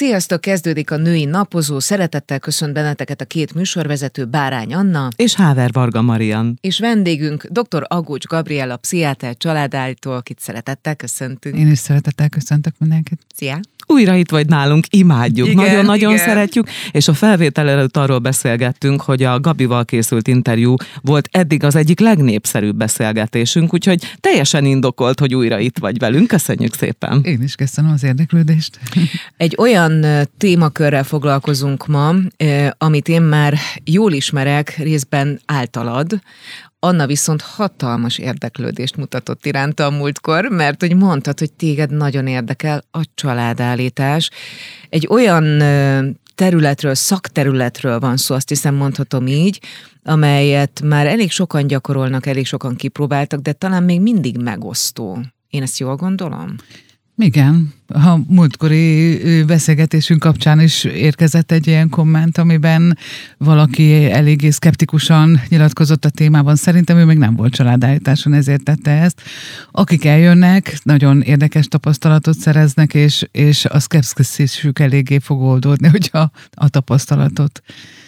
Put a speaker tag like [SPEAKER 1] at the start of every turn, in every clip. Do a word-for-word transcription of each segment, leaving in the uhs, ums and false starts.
[SPEAKER 1] Sziasztok, kezdődik a Női Napozó. Szeretettel köszönt benneteket a két műsorvezető, Bárány Anna
[SPEAKER 2] és Háver Varga Marian.
[SPEAKER 1] És vendégünk dr. Agócs Gabriella, pszichiáter, családállító, akit szeretettel köszöntünk.
[SPEAKER 3] Én is szeretettel köszöntök mindenkit.
[SPEAKER 1] Szia!
[SPEAKER 2] Újra itt vagy nálunk, imádjuk,
[SPEAKER 1] igen,
[SPEAKER 2] nagyon-nagyon
[SPEAKER 1] igen.
[SPEAKER 2] szeretjük, és a felvétel előtt arról beszélgettünk, hogy a Gabival készült interjú volt eddig az egyik legnépszerűbb beszélgetésünk, úgyhogy teljesen indokolt, hogy újra itt vagy velünk. Köszönjük szépen!
[SPEAKER 3] Én is köszönöm az érdeklődést.
[SPEAKER 1] Egy olyan témakörrel foglalkozunk ma, amit én már jól ismerek, részben általad. Anna viszont hatalmas érdeklődést mutatott iránta a múltkor, mert hogy mondtad, hogy téged nagyon érdekel a családállítás. Egy olyan területről, szakterületről van szó, azt hiszem mondhatom így, amelyet már elég sokan gyakorolnak, elég sokan kipróbáltak, de talán még mindig megosztó. Én ezt jól gondolom?
[SPEAKER 3] Igen, a múltkori beszélgetésünk kapcsán is érkezett egy ilyen komment, amiben valaki eléggé szkeptikusan nyilatkozott a témában. Szerintem ő még nem volt családállításon, ezért tette ezt. Akik eljönnek, nagyon érdekes tapasztalatot szereznek, és, és a szkepszisük eléggé fog oldódni, hogyha a tapasztalatot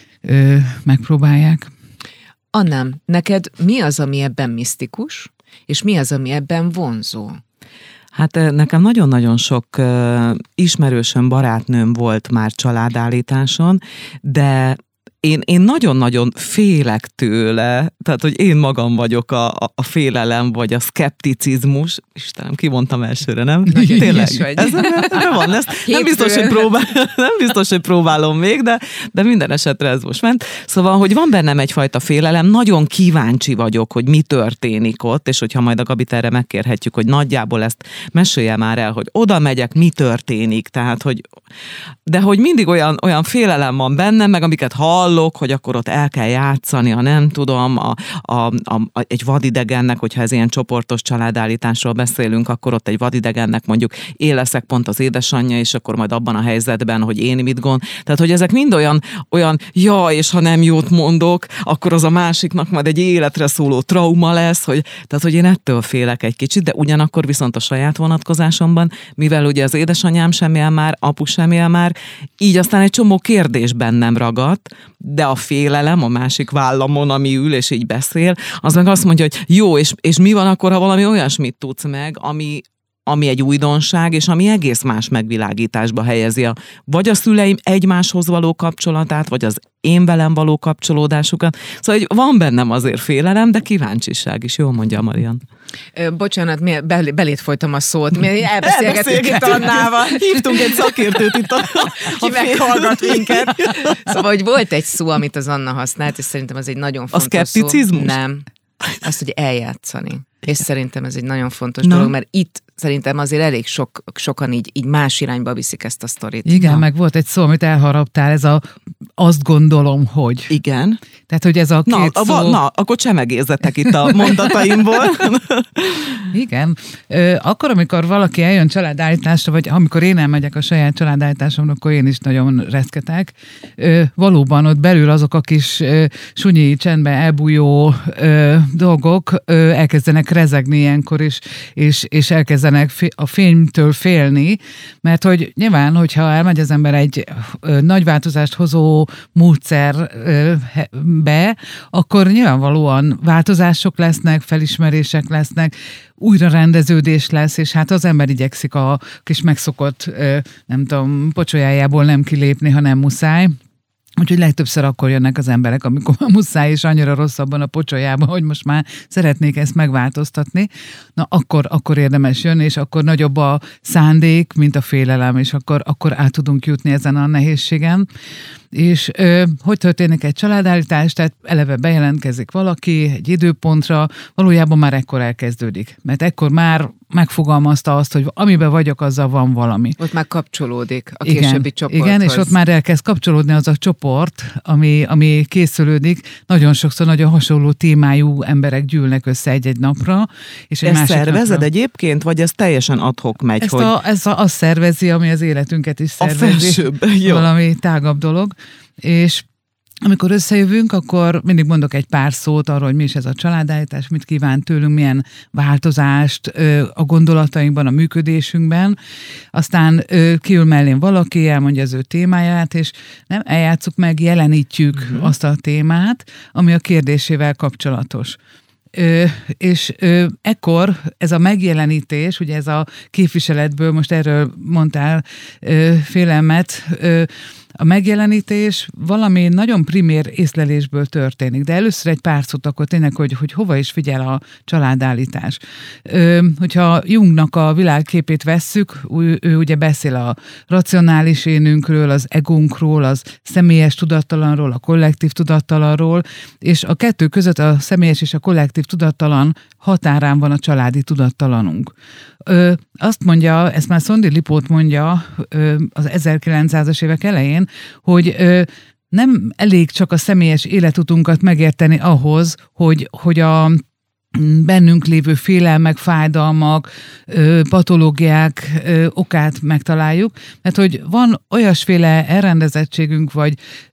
[SPEAKER 3] ö, megpróbálják.
[SPEAKER 1] Annám, neked mi az, ami ebben misztikus, és mi az, ami ebben vonzó?
[SPEAKER 2] Hát nekem nagyon-nagyon sok uh, ismerősöm, barátnőm volt már családállításon, de én, én nagyon-nagyon félek tőle, tehát, hogy én magam vagyok a, a, a félelem, vagy a szkepticizmus. Istenem, kimondtam elsőre, nem? Tényleg. Ez nem van, ezt nem biztos, hogy próbál, nem biztos, hogy próbálom még, de, de minden esetre ez most ment. Szóval, hogy van bennem egyfajta félelem, nagyon kíváncsi vagyok, hogy mi történik ott, és hogyha majd a Gabit erre megkérhetjük, hogy nagyjából ezt mesélje már el, hogy oda megyek, mi történik, tehát, hogy de hogy mindig olyan, olyan félelem van bennem, meg amiket hallok, hogy akkor ott el kell játszani, ha nem tudom, a, a, a, a, egy vadidegennek, hogyha ez ilyen csoportos családállításról beszélünk, akkor ott egy vadidegennek mondjuk én leszek pont az édesanyja, és akkor majd abban a helyzetben, hogy én mit gond. Tehát, hogy ezek mind olyan, olyan ja, és ha nem jót mondok, akkor az a másiknak majd egy életre szóló trauma lesz, hogy, tehát, hogy én ettől félek egy kicsit, de ugyanakkor viszont a saját vonatkozásomban, mivel ugye az édesanyám sem él már, apu sem él már, így aztán egy csomó kérdés bennem ragadt, de a félelem a másik vállamon, ami ül és így beszél, az meg azt mondja, hogy jó, és, és mi van akkor, ha valami olyasmit tudsz meg, ami, ami egy újdonság, és ami egész más megvilágításba helyezi a, vagy a szüleim egymáshoz való kapcsolatát, vagy az én velem való kapcsolódásukat. Szóval van bennem azért félelem, de kíváncsiság is, jól mondja Marian.
[SPEAKER 1] Ö, bocsánat, mi bel- belét folytam a szót, mi elbeszélgetünk itt Annával.
[SPEAKER 2] Hívtunk egy szakértőt itt a...
[SPEAKER 1] Ki meghallgat minket. Szóval, hogy volt egy szó, amit az Anna használt, és szerintem az egy nagyon fontos szó.
[SPEAKER 2] A szkepticizmus?
[SPEAKER 1] Nem. Azt, hogy eljátszani. És szerintem ez egy nagyon fontos
[SPEAKER 2] Na.
[SPEAKER 1] dolog, mert itt szerintem azért elég sok, sokan így, így más irányba viszik ezt a sztorit.
[SPEAKER 3] Igen,
[SPEAKER 1] Na.
[SPEAKER 3] meg volt egy szó, amit elharaptál, ez a azt gondolom, hogy.
[SPEAKER 2] Igen.
[SPEAKER 3] Tehát, hogy ez a két
[SPEAKER 2] na,
[SPEAKER 3] szó...
[SPEAKER 2] a, na, akkor csemegézzetek itt a mondataimból.
[SPEAKER 3] Igen. Ö, akkor, amikor valaki eljön családállításra, vagy amikor én elmegyek a saját családállításomra, akkor én is nagyon reszketek. Ö, valóban ott belül azok a kis ö, sunyi, csendben elbújó ö, dolgok ö, elkezdenek rezegni ilyenkor is, és, és elkezdenek fé- a fénytől félni, mert hogy nyilván, hogyha elmegy az ember egy ö, nagy változást hozó módszerbe, akkor nyilvánvalóan változások lesznek, felismerések lesznek, újrarendeződés lesz, és hát az ember igyekszik a kis megszokott, nem tudom, pocsolyájából nem kilépni, ha nem muszáj. Úgyhogy legtöbbször akkor jönnek az emberek, amikor muszáj, és annyira rosszabban a pocsolyában, hogy most már szeretnék ezt megváltoztatni. Na akkor, akkor érdemes jönni, és akkor nagyobb a szándék, mint a félelem, és akkor, akkor át tudunk jutni ezen a nehézségen. És ö, hogy történik egy családállítás? Tehát eleve bejelentkezik valaki egy időpontra, valójában már ekkor elkezdődik. Mert ekkor már megfogalmazta azt, hogy amiben vagyok, azzal van valami.
[SPEAKER 1] Ott már kapcsolódik a
[SPEAKER 3] igen,
[SPEAKER 1] későbbi csoporthoz.
[SPEAKER 3] Igen, és ott már elkezd kapcsolódni az a csoport, ami, ami készülődik. Nagyon sokszor nagyon hasonló témájú emberek gyűlnek össze egy-egy napra. És egy
[SPEAKER 2] ezt
[SPEAKER 3] másik
[SPEAKER 2] szervezed
[SPEAKER 3] napra.
[SPEAKER 2] egyébként, vagy ez teljesen ad-hoc megy?
[SPEAKER 3] Ezt
[SPEAKER 2] hogy...
[SPEAKER 3] a, ez a, azt szervezi, ami az életünket is szervezi.
[SPEAKER 2] A felsőbb, jó.
[SPEAKER 3] Valami tágabb dolog. És amikor összejövünk, akkor mindig mondok egy pár szót arról, hogy mi is ez a családállítás, mit kíván tőlünk, milyen változást a gondolatainkban, a működésünkben. Aztán kiül mellém valaki, elmondja az ő témáját, és nem eljátszuk meg, jelenítjük uh-huh. azt a témát, ami a kérdésével kapcsolatos. Ö, és ö, ekkor ez a megjelenítés, ugye ez a képviseletből, most erről mondtál ö, félelmet, ö, a megjelenítés valami nagyon primér észlelésből történik, de először egy pár szót akkor tényleg, hogy, hogy hova is figyel a családállítás. Ö, hogyha Jungnak a világképét vesszük, ő, ő ugye beszél a racionális énünkről, az egónkról, az személyes tudattalanról, a kollektív tudattalanról, és a kettő között a személyes és a kollektív tudattalan határán van a családi tudattalanunk. Ö, azt mondja, ezt már Szondi Lipót mondja ö, az ezerkilencszázas évek elején, hogy ö, nem elég csak a személyes életutunkat megérteni ahhoz, hogy, hogy a bennünk lévő félelmek, fájdalmak, patológiák okát megtaláljuk, mert hogy van olyasféle elrendezettségünk, vagy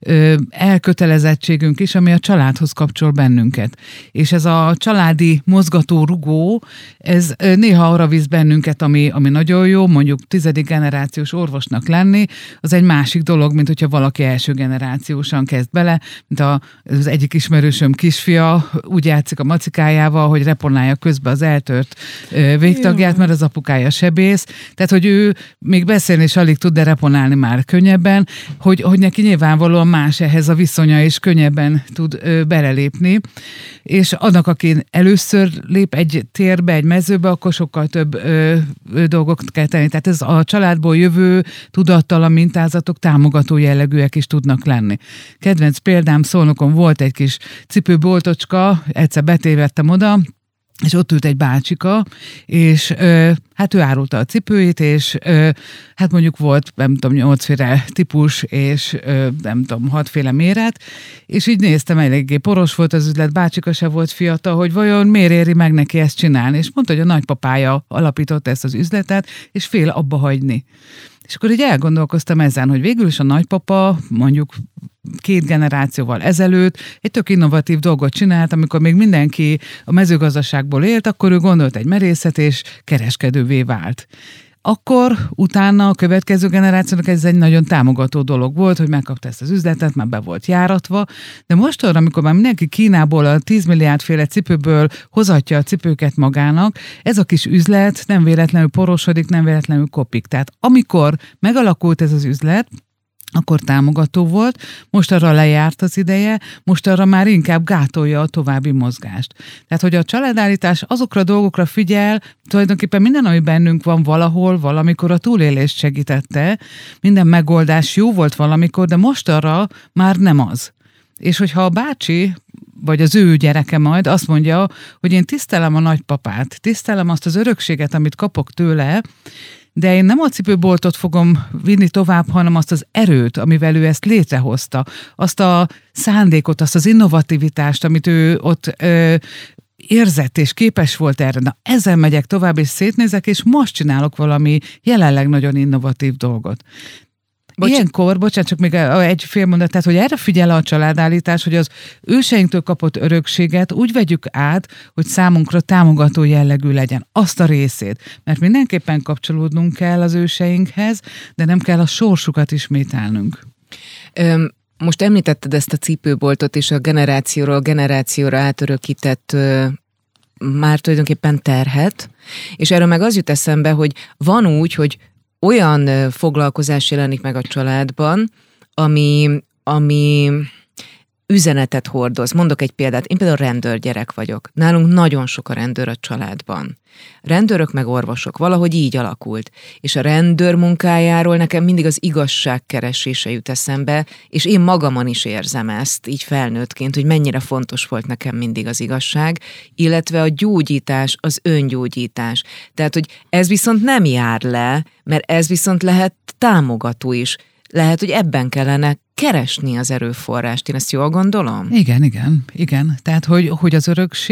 [SPEAKER 3] elkötelezettségünk is, ami a családhoz kapcsol bennünket. És ez a családi mozgató rugó, ez néha arra visz bennünket, ami, ami nagyon jó, mondjuk tizedik generációs orvosnak lenni, az egy másik dolog, mint hogyha valaki első generációsan kezd bele, mint az egyik ismerősöm kisfia úgy játszik a macikájával, hogy reponálja közben az eltört végtagját, mert az apukája sebész. Tehát, hogy ő még beszélni is alig tud, de reponálni már könnyebben, hogy, hogy neki nyilvánvalóan más ehhez a viszonya, és könnyebben tud ö, belelépni. És annak, aki először lép egy térbe, egy mezőbe, akkor sokkal több ö, ö, dolgot kell tenni. Tehát ez a családból jövő tudattalan mintázatok támogató jellegűek is tudnak lenni. Kedvenc példám, Szolnokon volt egy kis cipőboltocska, egyszer betévedtem oda, és ott ült egy bácsika, és ö, hát ő árulta a cipőit, és ö, hát mondjuk volt, nem tudom, nyolcféle típus, és ö, nem tudom, hatféle méret, és így néztem, eléggé poros volt az üzlet, bácsika se volt fiatal, hogy vajon miért éri meg neki ezt csinálni, és mondta, hogy a nagypapája alapította ezt az üzletet, és fél abba hagyni. És akkor így elgondolkoztam ezen, hogy végül is a nagypapa mondjuk két generációval ezelőtt egy tök innovatív dolgot csinált, amikor még mindenki a mezőgazdaságból élt, akkor ő gondolt egy merészet, és kereskedővé vált. Akkor utána a következő generációnak ez egy nagyon támogató dolog volt, hogy megkapta ezt az üzletet, már be volt járatva, de most arra, amikor már mindenki Kínából a tíz milliárdféle cipőből hozatja a cipőket magának, ez a kis üzlet nem véletlenül porosodik, nem véletlenül kopik. Tehát amikor megalakult ez az üzlet, akkor támogató volt, most arra lejárt az ideje, most arra már inkább gátolja a további mozgást. Tehát, hogy a családállítás azokra a dolgokra figyel, tulajdonképpen minden, ami bennünk van valahol, valamikor a túlélést segítette, minden megoldás jó volt valamikor, de most arra már nem az. És hogyha a bácsi, vagy az ő gyereke majd azt mondja, hogy én tisztelem a nagypapát, tisztelem azt az örökséget, amit kapok tőle, de én nem a cipőboltot fogom vinni tovább, hanem azt az erőt, amivel ő ezt létrehozta, azt a szándékot, azt az innovativitást, amit ő ott ö, érzett és képes volt erre. Na, ezzel megyek tovább, és szétnézek, és most csinálok valami jelenleg nagyon innovatív dolgot. Bocs. Ilyenkor, bocsánat, csak még egy fél mondat, tehát, hogy erre figyel a családállítás, hogy az őseinktől kapott örökséget úgy vegyük át, hogy számunkra támogató jellegű legyen azt a részét. Mert mindenképpen kapcsolódnunk kell az őseinkhez, de nem kell a sorsukat ismételnünk.
[SPEAKER 1] Öm, most említetted ezt a cipőboltot és a generációról generációra átörökített ö, már tulajdonképpen terhet, és erről meg az jut eszembe, hogy van úgy, hogy olyan foglalkozás jelenik meg a családban, ami, ami üzenetet hordoz. Mondok egy példát. Én például rendőrgyerek vagyok. Nálunk nagyon sok a rendőr a családban. Rendőrök meg orvosok. Valahogy így alakult. És a rendőr munkájáról nekem mindig az igazság keresése jut eszembe, és én magamon is érzem ezt, így felnőttként, hogy mennyire fontos volt nekem mindig az igazság, illetve a gyógyítás, az öngyógyítás. Tehát, hogy ez viszont nem jár le, mert ez viszont lehet támogató is. Lehet, hogy ebben kellene keresni az erőforrást. Én ezt jól gondolom?
[SPEAKER 3] Igen, igen, igen. Tehát, hogy, hogy az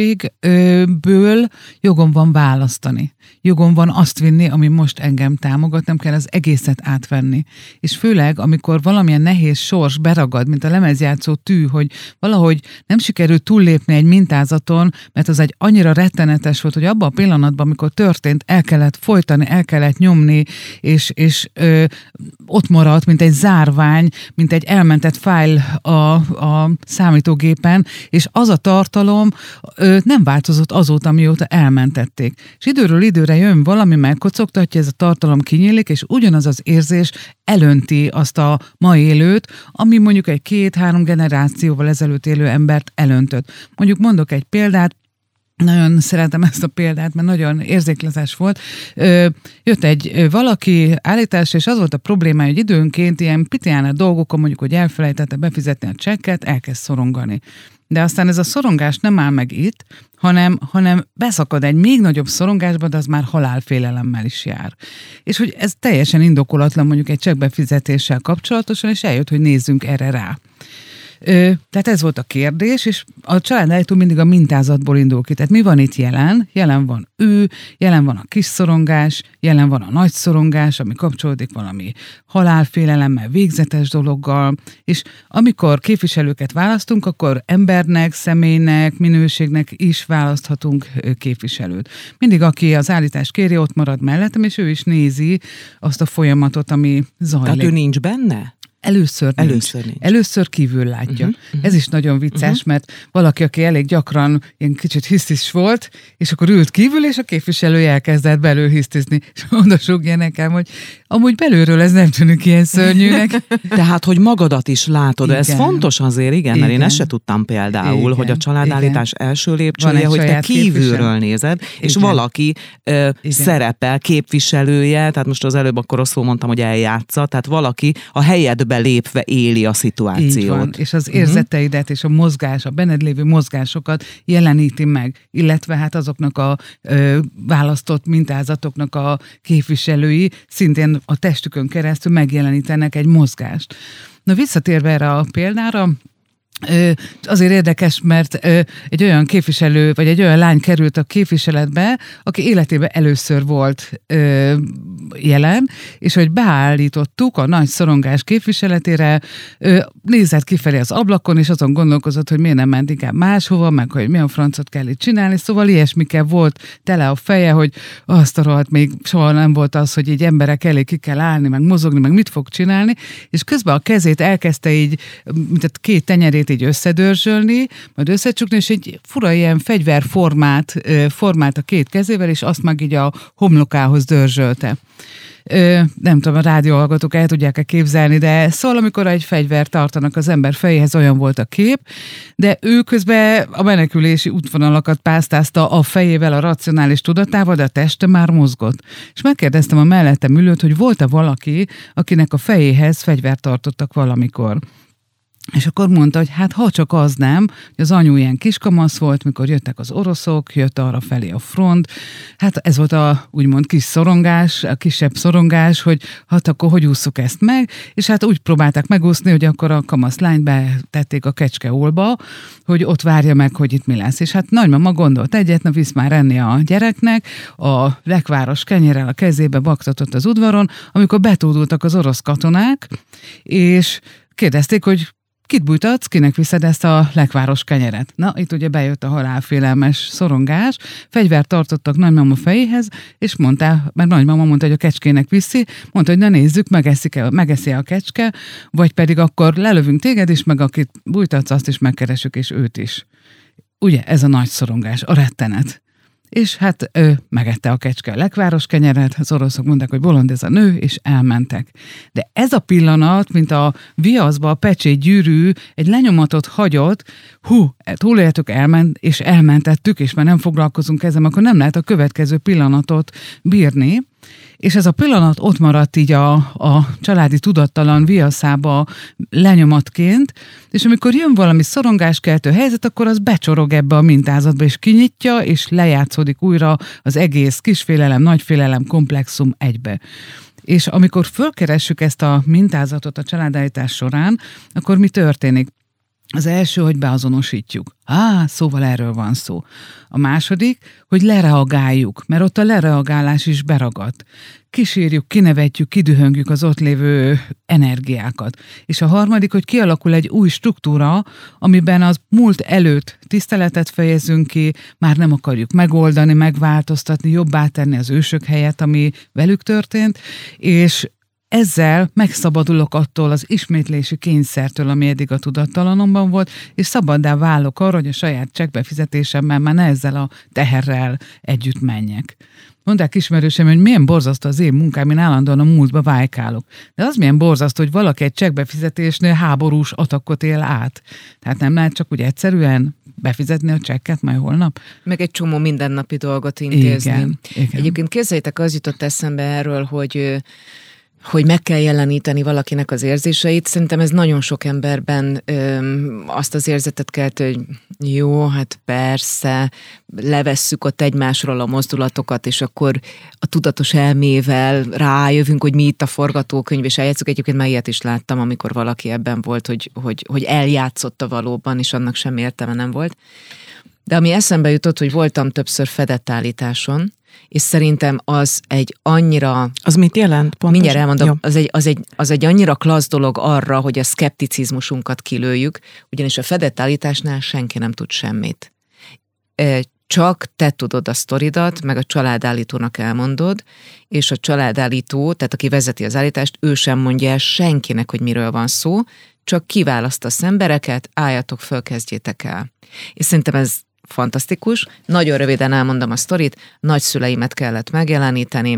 [SPEAKER 3] örökségből jogom van választani. Jogom van azt vinni, ami most engem támogat, nem kell az egészet átvenni. És főleg, amikor valamilyen nehéz sors beragad, mint a lemezjátszó tű, hogy valahogy nem sikerült túllépni egy mintázaton, mert az egy annyira rettenetes volt, hogy abban a pillanatban, amikor történt, el kellett folytani, el kellett nyomni, és, és ö, ott maradt, mint egy zárvány, mint egy elmentett fájl a, a számítógépen, és az a tartalom ö, nem változott azóta, mióta elmentették. És időről időre jön valami, megkocogtatja, ez a tartalom kinyílik, és ugyanaz az érzés elönti azt a ma élőt, ami mondjuk egy két-három generációval ezelőtt élő embert elöntött. Mondjuk mondok egy példát, nagyon szeretem ezt a példát, mert nagyon érzékletes volt. Ö, jött egy valaki állításra, és az volt a probléma, hogy időnként ilyen pitiánál dolgokon, mondjuk, hogy elfelejtette befizetni a csekket, elkezd szorongani. De aztán ez a szorongás nem áll meg itt, hanem, hanem beszakad egy még nagyobb szorongásba, de az már halálfélelemmel is jár. És hogy ez teljesen indokolatlan mondjuk egy csekkbefizetéssel kapcsolatosan, és eljött, hogy nézzünk erre rá. Ö, tehát ez volt a kérdés, és a családállító mindig a mintázatból indul ki. Tehát mi van itt jelen? Jelen van ő, jelen van a kis szorongás, jelen van a nagy szorongás, ami kapcsolódik valami halálfélelemmel, végzetes dologgal, és amikor képviselőket választunk, akkor embernek, személynek, minőségnek is választhatunk képviselőt. Mindig, aki az állítást kéri, ott marad mellettem, és ő is nézi azt a folyamatot, ami zajlik.
[SPEAKER 2] Tehát ő nincs benne?
[SPEAKER 3] Először nincs.
[SPEAKER 2] Először nincs.
[SPEAKER 3] Először kívül látja. Uh-huh, uh-huh. Ez is nagyon vicces, uh-huh. mert valaki, aki elég gyakran ilyen kicsit hisztis volt, és akkor ült kívül, és a képviselője elkezdett belül hisztizni. És oda sugja nekem, hogy amúgy belülről ez nem tűnik ilyen szörnyűnek.
[SPEAKER 2] Tehát, hogy magadat is látod. Igen. Ez fontos azért, igen, mert
[SPEAKER 3] igen.
[SPEAKER 2] én ezt se tudtam például, igen. hogy a családállítás igen. első lépcsője, hogy te kívülről képviselő. nézed, igen. és valaki ö, szerepel, képviselője, tehát most az előbb akkor rosszul mondtam, hogy eljátsza, tehát valaki a helyedbe lépve éli a szituációt.
[SPEAKER 3] Így van, és az érzeteidet uh-huh. és a mozgás, a benned lévő mozgásokat jeleníti meg, illetve hát azoknak a ö, választott mintázatoknak a képviselői szintén a testükön keresztül megjelenítenek egy mozgást. Na visszatérve erre a példára, azért érdekes, mert egy olyan képviselő, vagy egy olyan lány került a képviseletbe, aki életében először volt jelen, és hogy beállítottuk a nagy szorongás képviseletére, nézett kifelé az ablakon, és azon gondolkozott, hogy miért nem ment inkább máshova, meg hogy mi a francot kell itt csinálni, szóval ilyesmikkel volt tele a feje, hogy azt a rohadt még soha nem volt az, hogy így emberek elé ki kell állni, meg mozogni, meg mit fog csinálni, és közben a kezét elkezdte így, mint a két tenyerét így összedörzsölni, majd összecsukni, és egy fura ilyen fegyverformát formált a két kezével, és azt meg így a homlokához dörzsölte. Ö, nem tudom, a rádióhallgatók el tudják-e képzelni, de szóval amikor egy fegyvert tartanak az ember fejéhez, olyan volt a kép, de ő közben a menekülési útvonalakat pásztázta a fejével, a racionális tudatával, de a teste már mozgott. És megkérdeztem a mellettem ülőt, hogy volt-e valaki, akinek a fejéhez fegyvert tartottak valamikor. És akkor mondta, hogy hát ha csak az nem, hogy az anyu ilyen kiskamasz volt, mikor jöttek az oroszok, jött arra felé a front, hát ez volt a úgymond kis szorongás, a kisebb szorongás, hogy hát akkor hogy ússzuk ezt meg, és hát úgy próbálták megúszni, hogy akkor a kamasz lányt betették a kecskeolba, hogy ott várja meg, hogy itt mi lesz. És hát nagymama gondolt egyet, na visz már enni a gyereknek, a lekváros kenyérrel a kezébe baktatott az udvaron, amikor betódultak az orosz katonák, és kérdezték, hogy kit bújtatsz, kinek viszed ezt a lekváros kenyeret? Na, itt ugye bejött a halálfélelmes szorongás, fegyvert tartottak nagymama fejéhez, és mondta, mert nagymama mondta, hogy a kecskének viszi, mondta, hogy na nézzük, megeszik-e, megeszi a kecske, vagy pedig akkor lelövünk téged is, meg akit bújtatsz, azt is megkeresük, és őt is. Ugye, ez a nagy szorongás, a rettenet. És hát ő megette a kecske a lekváros kenyeret, az oroszok mondták, hogy bolond ez a nő, és elmentek. De ez a pillanat, mint a viaszba a pecsét gyűrű, egy lenyomatot hagyott, hú, túléltük, elment, és elmentettük, és már nem foglalkozunk ezzel, akkor nem lehet a következő pillanatot bírni. És ez a pillanat ott maradt így a, a családi tudattalan viaszába lenyomatként, és amikor jön valami szorongáskeltő helyzet, akkor az becsorog ebbe a mintázatba, és kinyitja, és lejátszódik újra az egész kisfélelem, nagyfélelem komplexum egybe. És amikor fölkeressük ezt a mintázatot a családállítás során, akkor mi történik? Az első, hogy beazonosítjuk. Á, szóval erről van szó. A második, hogy lereagáljuk, mert ott a lereagálás is beragad. Kísérjük, kinevetjük, kidühöngjük az ott lévő energiákat. És a harmadik, hogy kialakul egy új struktúra, amiben az múlt előtt tiszteletet fejezünk ki, már nem akarjuk megoldani, megváltoztatni, jobbá tenni az ősök helyett, ami velük történt, és ezzel megszabadulok attól az ismétlési kényszertől, ami eddig a tudattalanomban volt, és szabaddá válok arra, hogy a saját csekkbefizetésemmel már ne ezzel a teherrel együtt menjek. Mondták ismerősem, hogy milyen borzasztó az én munkám, én állandóan a múltba vájkálok. De az milyen borzasztó, hogy valaki egy csekkbefizetésnél háborús atakot él át. Tehát nem lehet csak úgy egyszerűen befizetni a csekket majd holnap?
[SPEAKER 1] Meg egy csomó mindennapi dolgot intézni.
[SPEAKER 3] Igen, igen.
[SPEAKER 1] Egyébként képzeljétek, az jutott eszembe erről, hogy hogy meg kell jeleníteni valakinek az érzéseit. Szerintem ez nagyon sok emberben öm, azt az érzetet kelt, hogy jó, hát persze, levesszük ott egymásról a mozdulatokat, és akkor a tudatos elmével rájövünk, hogy mi itt a forgatókönyv, és eljátszunk. Egyébként már ilyet is láttam, amikor valaki ebben volt, hogy, hogy, hogy eljátszotta valóban, és annak semmi értelme nem volt. De ami eszembe jutott, hogy voltam többször fedett állításon, és szerintem az egy annyira...
[SPEAKER 2] Az mit jelent? Pontosan?
[SPEAKER 1] Mindjárt elmondom, az egy, az, egy, az egy annyira klassz dolog arra, hogy a szkepticizmusunkat kilőjük, ugyanis a fedett állításnál senki nem tud semmit. Csak te tudod a sztoridat, meg a családállítónak elmondod, és a családállító, tehát aki vezeti az állítást, ő sem mondja el senkinek, hogy miről van szó, csak kiválasztasz embereket, álljatok föl, kezdjétek el. És szerintem ez fantasztikus. Nagyon röviden elmondom a sztorit. Nagyszüleimet kellett megjeleníteni.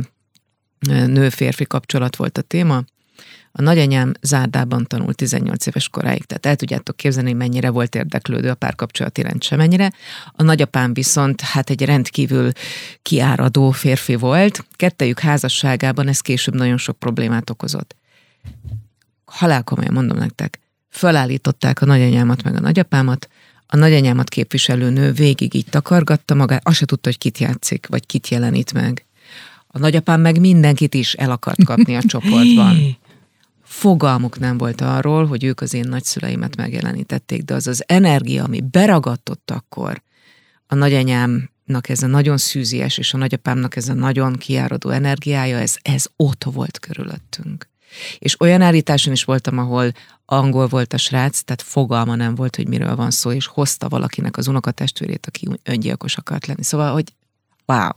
[SPEAKER 1] Nő-férfi kapcsolat volt a téma. A nagyanyám Zárdában tanult tizennyolc éves koráig, tehát el tudjátok képzelni, hogy mennyire volt érdeklődő a párkapcsolat iránt semennyire. A nagyapám viszont hát egy rendkívül kiáradó férfi volt. Kettejük házasságában ez később nagyon sok problémát okozott. Halálkomolyan mondom nektek, fölállították a nagyanyámat meg a nagyapámat, a nagyanyámat képviselő nő végig így takargatta magát, azt se tudta, hogy kit játszik, vagy kit jelenít meg. A nagyapám meg mindenkit is el akart kapni a csoportban. Fogalmuk nem volt arról, hogy ők az én nagyszüleimet megjelenítették, de az az energia, ami beragadt ott akkor, a nagyanyámnak ez a nagyon szűzies, és a nagyapámnak ez a nagyon kiáradó energiája, ez, ez ott volt körülöttünk. És olyan állításon is voltam, ahol angol volt a srác, tehát fogalma nem volt, hogy miről van szó, és hozta valakinek az unokatestvérét, aki öngyilkos akart lenni. Szóval, hogy wow.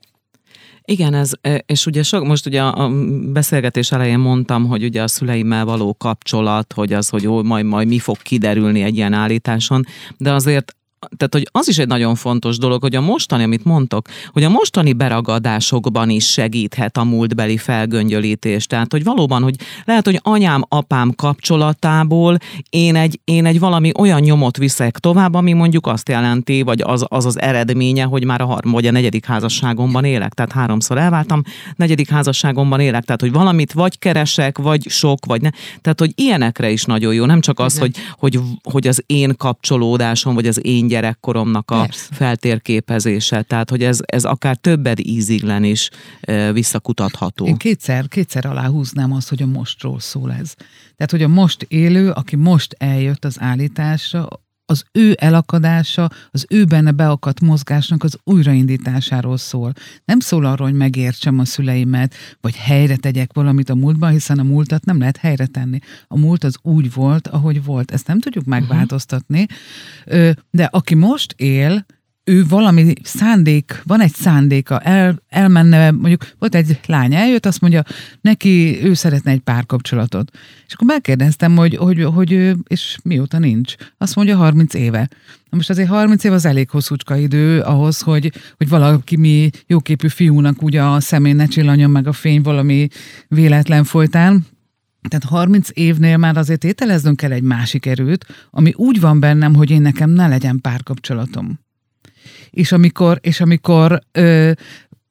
[SPEAKER 2] Igen, ez, és ugye sok, most ugye a beszélgetés elején mondtam, hogy ugye a szüleimmel való kapcsolat, hogy az, hogy ó, majd, majd mi fog kiderülni egy ilyen állításon, de azért tehát, hogy az is egy nagyon fontos dolog, hogy a mostani, amit mondtok, hogy a mostani beragadásokban is segíthet a múltbeli felgöngyölítés. Tehát, hogy valóban, hogy lehet, hogy anyám, apám kapcsolatából én egy, én egy valami olyan nyomot viszek tovább, ami mondjuk azt jelenti, vagy az az, az eredménye, hogy már a, harm, vagy a negyedik házasságomban élek. Tehát háromszor elváltam, negyedik házasságomban élek. Tehát, hogy valamit vagy keresek, vagy sok, vagy ne. Tehát, hogy ilyenekre is nagyon jó. Nem csak az, hogy, hogy, hogy az én kapcsolódásom, vagy az én gyerekkoromnak a Persze. feltérképezése. Tehát, hogy ez, ez akár többed íziglen is e, visszakutatható.
[SPEAKER 3] Én kétszer, kétszer aláhúznám azt, hogy a mostról szól ez. Tehát, hogy a most élő, aki most eljött az állításra, az ő elakadása, az ő benne beakadt mozgásnak az újraindításáról szól. Nem szól arról, hogy megértsem a szüleimet, vagy helyre tegyek valamit a múltban, hiszen a múltat nem lehet helyre tenni. A múlt az úgy volt, ahogy volt. Ezt nem tudjuk megváltoztatni. De aki most él, ő valami szándék, van egy szándéka, el, elmenne, mondjuk volt egy lány, eljött, azt mondja, neki ő szeretne egy párkapcsolatot. És akkor megkérdeztem, hogy, hogy, hogy és mióta nincs. Azt mondja, harminc éve. Na most azért harminc év az elég hosszúcska idő ahhoz, hogy, hogy valaki mi jóképű fiúnak ugye a szemén ne csillanjon meg a fény valami véletlen folytán. Tehát harminc évnél már azért ételeznünk kell egy másik erőt, ami úgy van bennem, hogy én nekem ne legyen párkapcsolatom. És amikor, és amikor ö,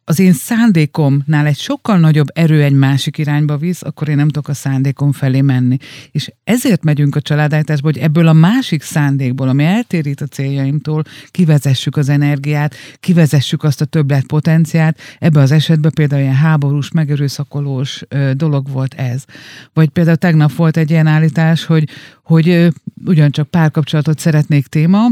[SPEAKER 3] az én szándékomnál egy sokkal nagyobb erő egy másik irányba visz, akkor én nem tudok a szándékom felé menni. És ezért megyünk a családállításba, hogy ebből a másik szándékból, ami eltérít a céljaimtól, kivezessük az energiát, kivezessük azt a többlet potenciált. Ebben az esetben például ilyen háborús, megerőszakolós ö, dolog volt ez. Vagy például tegnap volt egy ilyen állítás, hogy, hogy ö, ugyancsak párkapcsolatot szeretnék téma,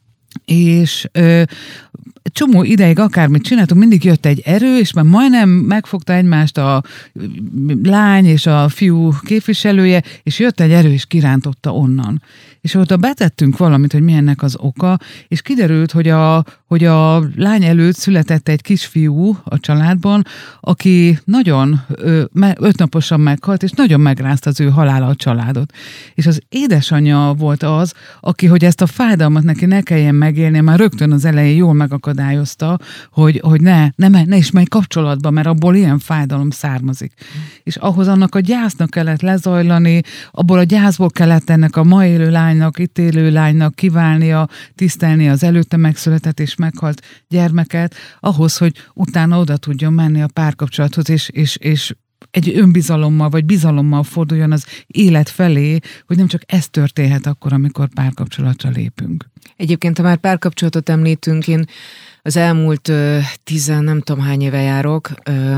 [SPEAKER 3] és ö, csomó ideig akármit csináltunk, mindig jött egy erő, és már majdnem megfogta egymást a lány és a fiú képviselője, és jött egy erő, és kirántotta onnan. És ott betettünk valamit, hogy mi ennek az oka, és kiderült, hogy a, hogy a lány előtt született egy kisfiú a családban, aki nagyon ö, ötnaposan meghalt, és nagyon megrázta az ő halála a családot. És az édesanyja volt az, aki, hogy ezt a fájdalmat neki ne kelljen megélnie, már rögtön az elején jól megakadályozta, hogy, hogy ne, ne, ne is menj kapcsolatba, mert abból ilyen fájdalom származik. Mm. És ahhoz annak a gyásznak kellett lezajlani, abból a gyászból kellett ennek a ma élő lánynak, itt élő lánynak kiválnia, tisztelni az előtte megszületett és meghalt gyermeket, ahhoz, hogy utána oda tudjon menni a párkapcsolathoz, és, és, és egy önbizalommal, vagy bizalommal forduljon az élet felé, hogy nem csak ez történhet akkor, amikor párkapcsolatra lépünk.
[SPEAKER 1] Egyébként, ha már párkapcsolatot említünk, én az elmúlt ö, tizen, nem tudom hány éve járok, ö,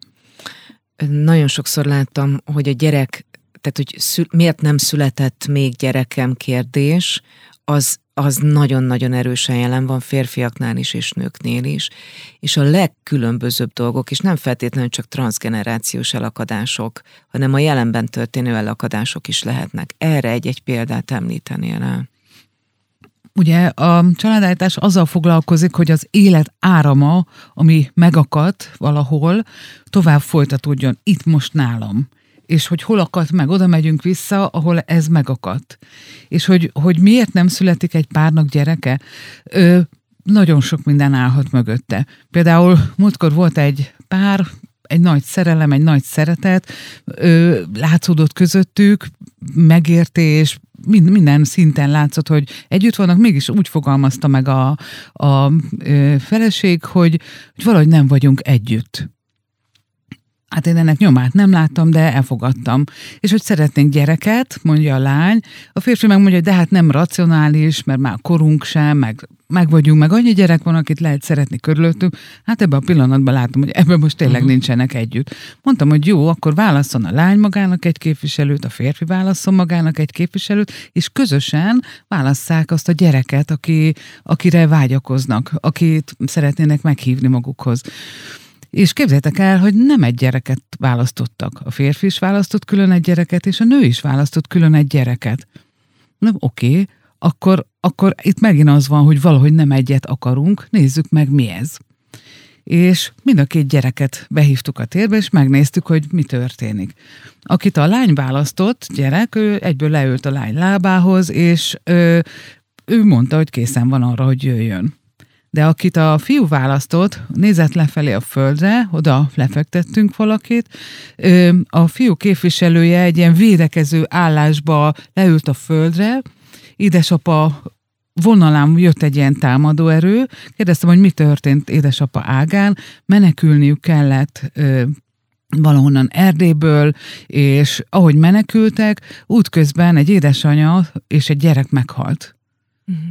[SPEAKER 1] nagyon sokszor láttam, hogy a gyerek, tehát hogy szü- miért nem született még gyerekem kérdés, az, az nagyon-nagyon erősen jelen van férfiaknál is és nőknél is. És a legkülönbözőbb dolgok, és nem feltétlenül csak transzgenerációs elakadások, hanem a jelenben történő elakadások is lehetnek. Erre egy-egy példát említenél el.
[SPEAKER 3] Ugye a családállítás azzal foglalkozik, hogy az élet árama, ami megakadt valahol, tovább folytatódjon itt most nálam. És hogy hol akadt meg, oda megyünk vissza, ahol ez megakadt. És hogy, hogy miért nem születik egy párnak gyereke, ö, nagyon sok minden állhat mögötte. Például múltkor volt egy pár, egy nagy szerelem, egy nagy szeretet, ö, látszódott közöttük, megértés, minden szinten látszott, hogy együtt vannak, mégis úgy fogalmazta meg a, a ö, feleség, hogy, hogy valahogy nem vagyunk együtt. Hát én ennek nyomát nem láttam, de elfogadtam. És hogy szeretnénk gyereket, mondja a lány, a férfi meg mondja, hogy de hát nem racionális, mert már korunk sem, meg, meg vagyunk, meg annyi gyerek van, akit lehet szeretni körülöttünk. Hát ebben a pillanatban látom, hogy ebben most tényleg uh-huh. nincsenek együtt. Mondtam, hogy jó, akkor válasszon a lány magának egy képviselőt, a férfi válasszon magának egy képviselőt, és közösen válasszák azt a gyereket, aki, akire vágyakoznak, akit szeretnének meghívni magukhoz. És képzeljétek el, hogy nem egy gyereket választottak. A férfi is választott külön egy gyereket, és a nő is választott külön egy gyereket. Na oké, okay, akkor, akkor itt megint az van, hogy valahogy nem egyet akarunk, nézzük meg mi ez. És mind a két gyereket behívtuk a térbe, és megnéztük, hogy mi történik. Akit a lány választott gyerek, ő egyből leült a lány lábához, és ő, ő mondta, hogy készen van arra, hogy jöjjön. De akit a fiú választott, nézett lefelé a földre, oda lefektettünk valakit, a fiú képviselője egy ilyen védekező állásba leült a földre, édesapa vonalán jött egy ilyen támadóerő, kérdeztem, hogy mi történt édesapa ágán, menekülniük kellett valahonnan Erdélyből, és ahogy menekültek, útközben egy édesanya és egy gyerek meghalt. Uh-huh.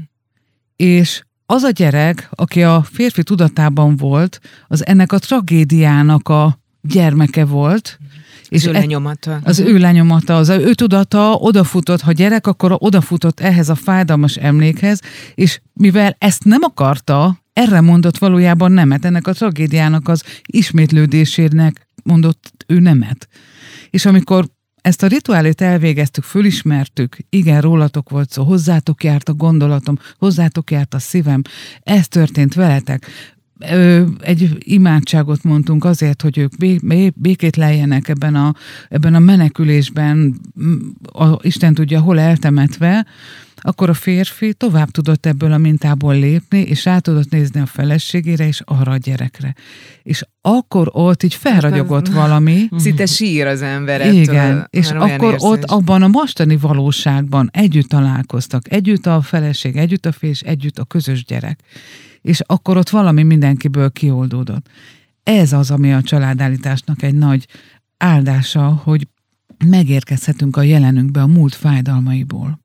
[SPEAKER 3] És az a gyerek, aki a férfi tudatában volt, az ennek a tragédiának a gyermeke volt.
[SPEAKER 1] Az és ő lenyomata.
[SPEAKER 3] Az ő lenyomata, az ő tudata odafutott, ha gyerek, akkor odafutott ehhez a fájdalmas emlékhez, és mivel ezt nem akarta, erre mondott valójában nemet, ennek a tragédiának az ismétlődésének mondott ő nemet. És amikor ezt a rituálét elvégeztük, fölismertük, igen, rólatok volt szó, hozzátok járt a gondolatom, hozzátok járt a szívem, ez történt veletek. Egy imádságot mondtunk azért, hogy ők békét lejjenek ebben a, ebben a menekülésben, a Isten tudja, hol eltemetve, akkor a férfi tovább tudott ebből a mintából lépni, és rá tudott nézni a feleségére, és arra a gyerekre. És akkor ott így felragyogott hát valami.
[SPEAKER 1] Szinte sír az ember ettől.
[SPEAKER 3] Igen, és akkor érzés. Ott abban a mostani valóságban együtt találkoztak, együtt a feleség, együtt a férj, együtt a közös gyerek. És akkor ott valami mindenkiből kioldódott. ez az, ami a családállításnak egy nagy áldása, hogy megérkezhetünk a jelenünkbe a múlt fájdalmaiból.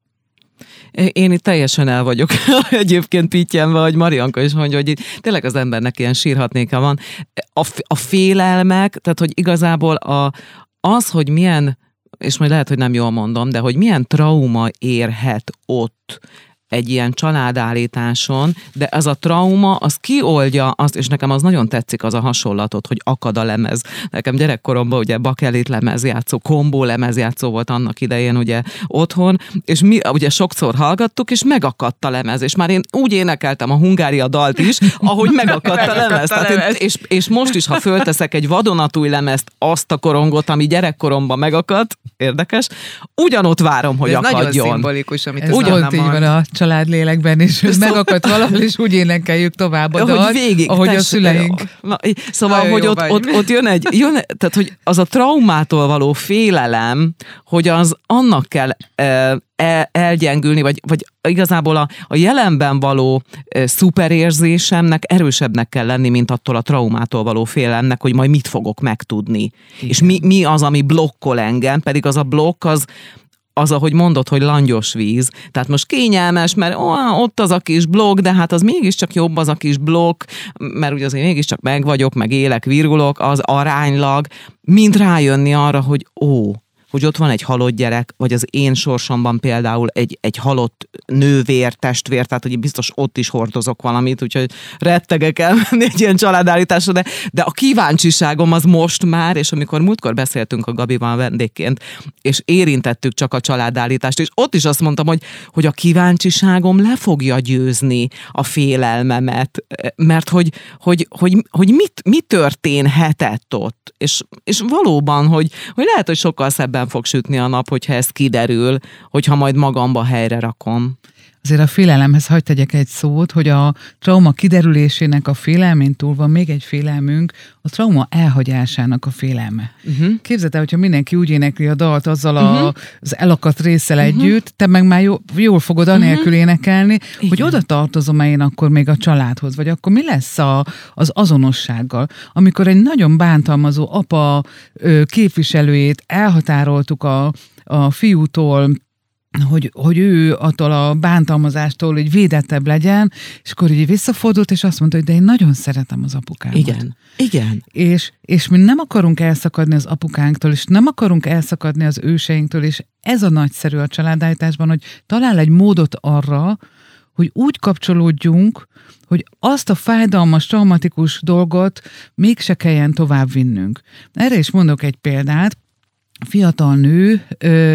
[SPEAKER 2] Én itt teljesen el vagyok egyébként pittyenve, hogy Marianka is mondja, hogy itt tényleg az embernek ilyen sírhatnéka van. A, a félelmek, tehát hogy igazából a, az, hogy milyen, és majd lehet, hogy nem jól mondom, de hogy milyen trauma érhet ott egy ilyen családállításon, de ez a trauma, az kioldja azt, és nekem az nagyon tetszik az a hasonlatot, hogy akad a lemez. Nekem gyerekkoromban ugye bakelit lemezjátszó, kombó lemezjátszó volt annak idején ugye otthon, és mi ugye sokszor hallgattuk, és megakadt a lemez, és már én úgy énekeltem a Hungária dalt is, ahogy megakadt a lemez. A lemez. Én, és, és most is, ha fölteszek egy vadonatúj lemezt, azt a korongot, ami gyerekkoromban megakadt, érdekes, ugyanott várom, hogy
[SPEAKER 1] ez
[SPEAKER 2] akadjon.
[SPEAKER 1] Nagyon szimbolikus, amit
[SPEAKER 3] ez volt így van a családlélekben is, hogy megakadt valahol, és úgy énekeljük tovább a dalt, végig, ahogy tess, a szüleink.
[SPEAKER 2] Na, szóval, nagyon hogy ott, ott, ott jön egy, jön, tehát hogy az a traumától való félelem, hogy az annak kell el, elgyengülni, vagy, vagy igazából a, a jelenben való e, szuperérzésemnek erősebbnek kell lenni, mint attól a traumától való félelemnek, hogy majd mit fogok megtudni. Igen. És mi, mi az, ami blokkol engem, pedig az a blokk az az, ahogy mondod, hogy langyos víz. Tehát most kényelmes, mert ó, ott az a kis blokk, de hát az mégiscsak jobb az a kis blokk, mert ugye azért mégiscsak meg vagyok, meg élek, virgulok, az aránylag, mint rájönni arra, hogy ó, hogy ott van egy halott gyerek, vagy az én sorsomban például egy, egy halott nővér, testvér, tehát hogy biztos ott is hordozok valamit, úgyhogy rettegek elmenni egy ilyen családállításra, de, de a kíváncsiságom az most már, és amikor múltkor beszéltünk a Gabival vendégként, és érintettük csak a családállítást, és ott is azt mondtam, hogy, hogy a kíváncsiságom le fogja győzni a félelmemet, mert hogy, hogy, hogy, hogy mit, mi történhetett ott, és, és valóban, hogy, hogy lehet, hogy sokkal szebben fog sütni a nap, hogyha ez kiderül, hogyha majd magamba helyre rakom.
[SPEAKER 3] Azért a félelemhez hadd tegyek egy szót, hogy a trauma kiderülésének a félelmén túl van még egy félelmünk, a trauma elhagyásának a félelme. Uh-huh. Képzeld el, hogyha mindenki úgy énekli a dalt azzal uh-huh. a, az elakadt résszel uh-huh. együtt, te meg már jól, jól fogod anélkül uh-huh. énekelni, Igen. hogy oda tartozom-e én akkor még a családhoz, vagy akkor mi lesz a, az azonossággal, amikor egy nagyon bántalmazó apa ö, képviselőjét elhatároltuk a, a fiútól, Hogy, hogy ő attól a bántalmazástól hogy védettebb legyen, és akkor így visszafordult, és azt mondta, hogy de én nagyon szeretem az apukámat.
[SPEAKER 2] Igen, igen.
[SPEAKER 3] És, és mi nem akarunk elszakadni az apukánktól, és nem akarunk elszakadni az őseinktől, és ez a nagyszerű a családállításban, hogy talál egy módot arra, hogy úgy kapcsolódjunk, hogy azt a fájdalmas, traumatikus dolgot mégse kelljen tovább vinnünk. Erre is mondok egy példát. Fiatal nő, ö,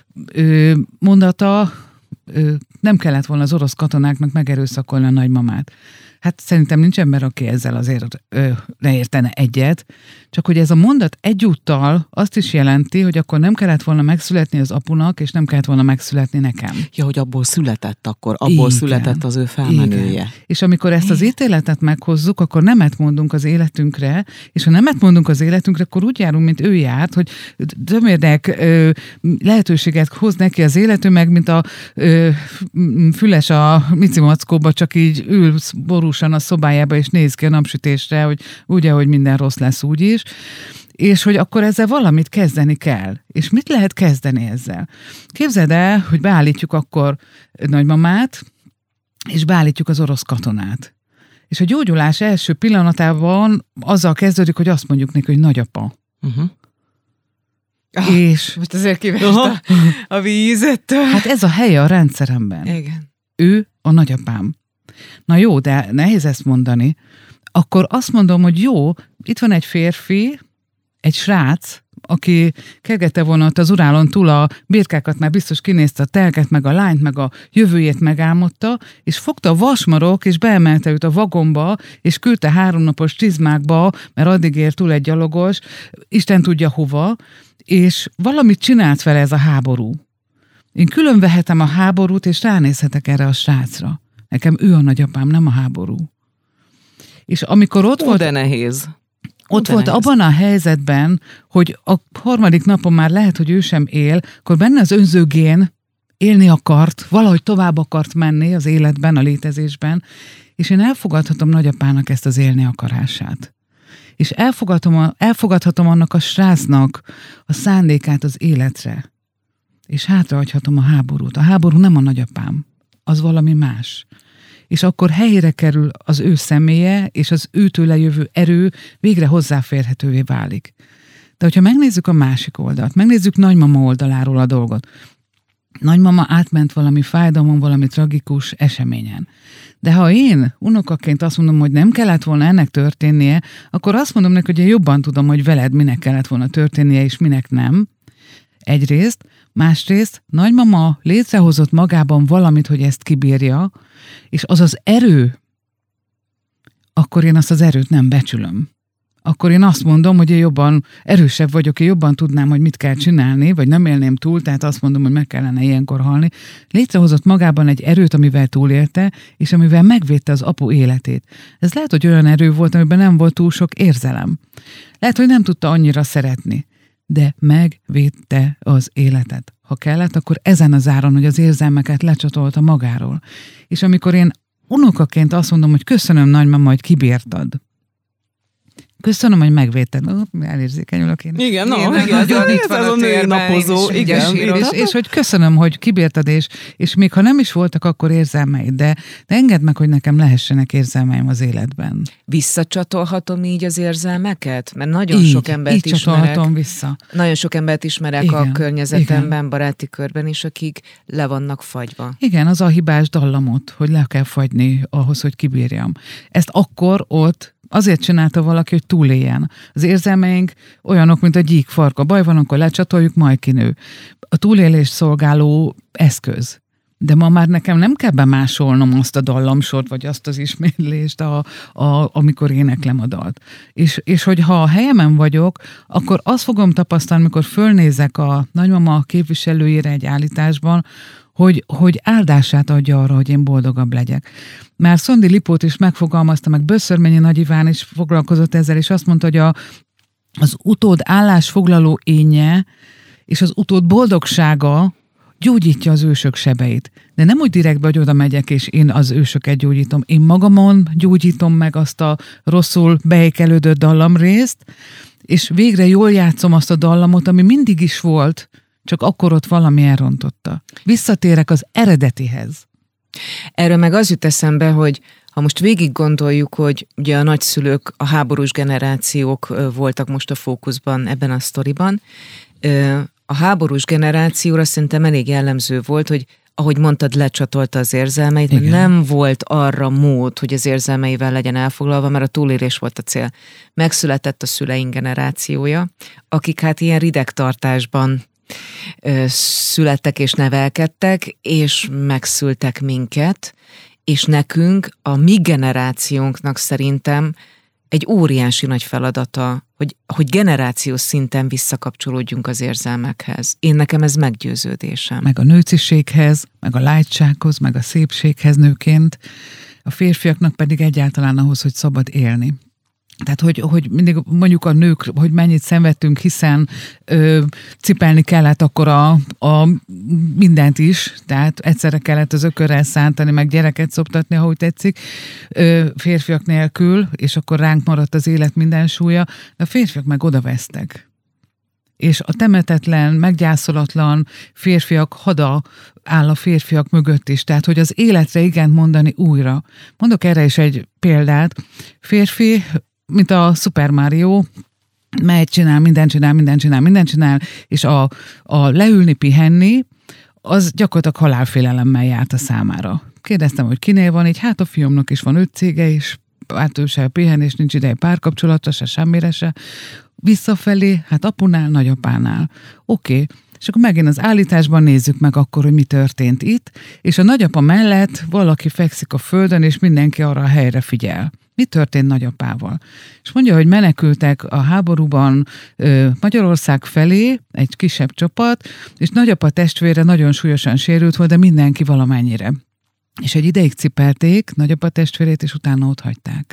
[SPEAKER 3] Ö, mondata, ö, nem kellett volna az orosz katonáknak megerőszakolni a nagymamát. Hát szerintem nincs ember, aki ezzel azért ö, ne értene egyet, csak hogy ez a mondat egyúttal azt is jelenti, hogy akkor nem kellett volna megszületni az apunak, és nem kellett volna megszületni nekem.
[SPEAKER 2] Ja, hogy abból született akkor, abból Igen. született az ő felmenője. Igen.
[SPEAKER 3] És amikor ezt az ítéletet meghozzuk, akkor nemet mondunk az életünkre, és ha nemet mondunk az életünkre, akkor úgy járunk, mint ő járt, hogy tömérdek lehetőséget hoz neki az élető, meg mint a ö, füles a Mici Mackóba, csak így ül borúsan a szobájába, és néz ki a napsütésre, hogy úgy, ahogy minden rossz lesz úgy is, és hogy akkor ezzel valamit kezdeni kell. És mit lehet kezdeni ezzel? Képzeld el, hogy beállítjuk akkor nagymamát, és beállítjuk az orosz katonát. És a gyógyulás első pillanatában azzal kezdődik, hogy azt mondjuk neki, hogy nagyapa. Uh-huh.
[SPEAKER 1] Ah, és most azért kiveste a vízet.
[SPEAKER 3] Hát ez a helye a rendszeremben.
[SPEAKER 1] Igen.
[SPEAKER 3] Ő a nagyapám. Na jó, de nehéz ezt mondani. Akkor azt mondom, hogy jó, itt van egy férfi, egy srác, aki kergette volna ott az Urálon túl a birkákat, már biztos kinézte a telket, meg a lányt, meg a jövőjét megálmodta, és fogta a vasmarok, és beemelte őt a vagomba, és küldte háromnapos csizmákba, mert addig ért túl egy gyalogos, Isten tudja hova, és valamit csinált vele ez a háború. Én külön vehetem a háborút, és ránézhetek erre a srácra. Nekem ő a nagyapám, nem a háború. És amikor ott
[SPEAKER 2] Ó,
[SPEAKER 3] volt...
[SPEAKER 2] de nehéz.
[SPEAKER 3] Ott volt nehéz. Abban a helyzetben, hogy a harmadik napon már lehet, hogy ő sem él, akkor benne az önzőgén élni akart, valahogy tovább akart menni az életben, a létezésben, és én elfogadhatom nagyapának ezt az élni akarását. és elfogadhatom, elfogadhatom annak a srácnak a szándékát az életre, és hátrahagyhatom a háborút. A háború nem a nagyapám, az valami más. És akkor helyére kerül az ő személye, és az őtőle jövő erő végre hozzáférhetővé válik. De hogyha megnézzük a másik oldalt, megnézzük nagymama oldaláról a dolgot. Nagymama átment valami fájdalmon, valami tragikus eseményen. De ha én unokaként azt mondom, hogy nem kellett volna ennek történnie, akkor azt mondom neki, hogy én jobban tudom, hogy veled minek kellett volna történnie, és minek nem. Egyrészt, másrészt nagymama létrehozott magában valamit, hogy ezt kibírja, és az az erő, akkor én azt az erőt nem becsülöm. Akkor én azt mondom, hogy én jobban erősebb vagyok, én jobban tudnám, hogy mit kell csinálni, vagy nem élném túl, tehát azt mondom, hogy meg kellene ilyenkor halni. Létrehozott magában egy erőt, amivel túlélte, és amivel megvédte az apu életét. Ez lehet, hogy olyan erő volt, amiben nem volt túl sok érzelem. Lehet, hogy nem tudta annyira szeretni, de megvédte az életet. Ha kellett, akkor ezen az áron, hogy az érzelmeket lecsatolta magáról. És amikor én unokaként azt mondom, hogy köszönöm nagymama, hogy kibírtad. Köszönöm, hogy megvédted. Ó, elérzékenyülök én.
[SPEAKER 2] Igen, no,
[SPEAKER 1] igen,
[SPEAKER 2] igen,
[SPEAKER 1] nagyon
[SPEAKER 2] ez,
[SPEAKER 1] itt van
[SPEAKER 2] ez
[SPEAKER 1] a
[SPEAKER 2] a női
[SPEAKER 1] térben,
[SPEAKER 2] napozó.
[SPEAKER 1] és
[SPEAKER 2] Igen,
[SPEAKER 1] sírok.
[SPEAKER 3] És, és hogy köszönöm, hogy kibírtad, és, és még ha nem is voltak akkor érzelmeid, de, de engedd meg, hogy nekem lehessenek érzelmeim az életben.
[SPEAKER 1] Visszacsatolhatom így az érzelmeket? Mert nagyon
[SPEAKER 3] így,
[SPEAKER 1] sok embert
[SPEAKER 3] így
[SPEAKER 1] ismerek.
[SPEAKER 3] csatolhatom vissza.
[SPEAKER 1] Nagyon sok embert ismerek
[SPEAKER 3] Igen,
[SPEAKER 1] a környezetemben,
[SPEAKER 3] igen.
[SPEAKER 1] baráti körben is, akik le vannak fagyva.
[SPEAKER 3] Igen, az a hibás dallamot, hogy le kell fagyni ahhoz, hogy kibírjam. Ezt akkor ott azért csinálta valaki, hogy túléljen. Az érzelmeink olyanok, mint a gyík farka. Baj van, akkor lecsatoljuk, majd kinő. A túlélést szolgáló eszköz. De ma már nekem nem kell bemásolnom azt a dallamsort, vagy azt az ismétlést, a, a, amikor éneklem a dalt. És, és hogyha a helyemen vagyok, akkor azt fogom tapasztalni, amikor fölnézek a nagymama képviselőjére egy állításban, hogy, hogy áldását adja arra, hogy én boldogabb legyek. Már Szondi Lipót is megfogalmazta, meg Böszörményi Nagy Iván is foglalkozott ezzel, és azt mondta, hogy a, az utód állásfoglaló énje és az utód boldogsága gyógyítja az ősök sebeit. De nem úgy direktbe, hogy oda megyek, és én az ősöket gyógyítom. Én magamon gyógyítom meg azt a rosszul beékelődött dallamrészt, és végre jól játszom azt a dallamot, ami mindig is volt, csak akkor ott valami elrontotta. Visszatérek az eredetihez.
[SPEAKER 1] Erről meg az jut eszembe, hogy ha most végig gondoljuk, hogy ugye a nagyszülők, a háborús generációk voltak most a fókuszban ebben a sztoriban, a háborús generációra szerintem elég jellemző volt, hogy ahogy mondtad, lecsatolta az érzelmeit, mert nem volt arra mód, hogy az érzelmeivel legyen elfoglalva, mert a túlélés volt a cél. Megszületett a szüleink generációja, akik hát ilyen ridegtartásban ö, születtek és nevelkedtek, és megszültek minket, és nekünk, a mi generációnknak szerintem egy óriási nagy feladata, hogy, hogy generációs szinten visszakapcsolódjunk az érzelmekhez. Én nekem ez meggyőződésem.
[SPEAKER 3] Meg a nőciséghez, meg a lágysághoz, meg a szépséghez nőként, a férfiaknak pedig egyáltalán ahhoz, hogy szabad élni. Tehát, hogy, hogy mindig mondjuk a nők, hogy mennyit szenvedtünk, hiszen ö, cipelni kellett akkor a, a mindent is, tehát egyszerre kellett az ökörrel szántani, meg gyereket szoptatni, ahogy tetszik, ö, férfiak nélkül, és akkor ránk maradt az élet minden súlya, de a férfiak meg odavesztek. És a temetetlen, meggyászolatlan férfiak hada áll a férfiak mögött is. Tehát, hogy az életre igent mondani újra. Mondok erre is egy példát. Férfi, mint a Super Mario, megy, csinál, mindent csinál, mindent csinál, mindent csinál, és a, a leülni, pihenni, az gyakorlatilag halálfélelemmel járt a számára. Kérdeztem, hogy kinél van, így hát a fiomnak is van öt cége, és hát ő se pihen, és nincs ideje párkapcsolatra, se semmire se. Visszafelé, hát apunál, nagyapánál. Oké. Okay. És akkor megint az állításban nézzük meg akkor, hogy mi történt itt, és a nagyapa mellett valaki fekszik a földön, és mindenki arra a helyre figyel. Mi történt nagyapával? És mondja, hogy menekültek a háborúban ö, Magyarország felé, egy kisebb csapat, és nagyapa testvére nagyon súlyosan sérült volt, de mindenki valamennyire. És egy ideig cipelték nagyapa testvérét, és utána ott hagyták.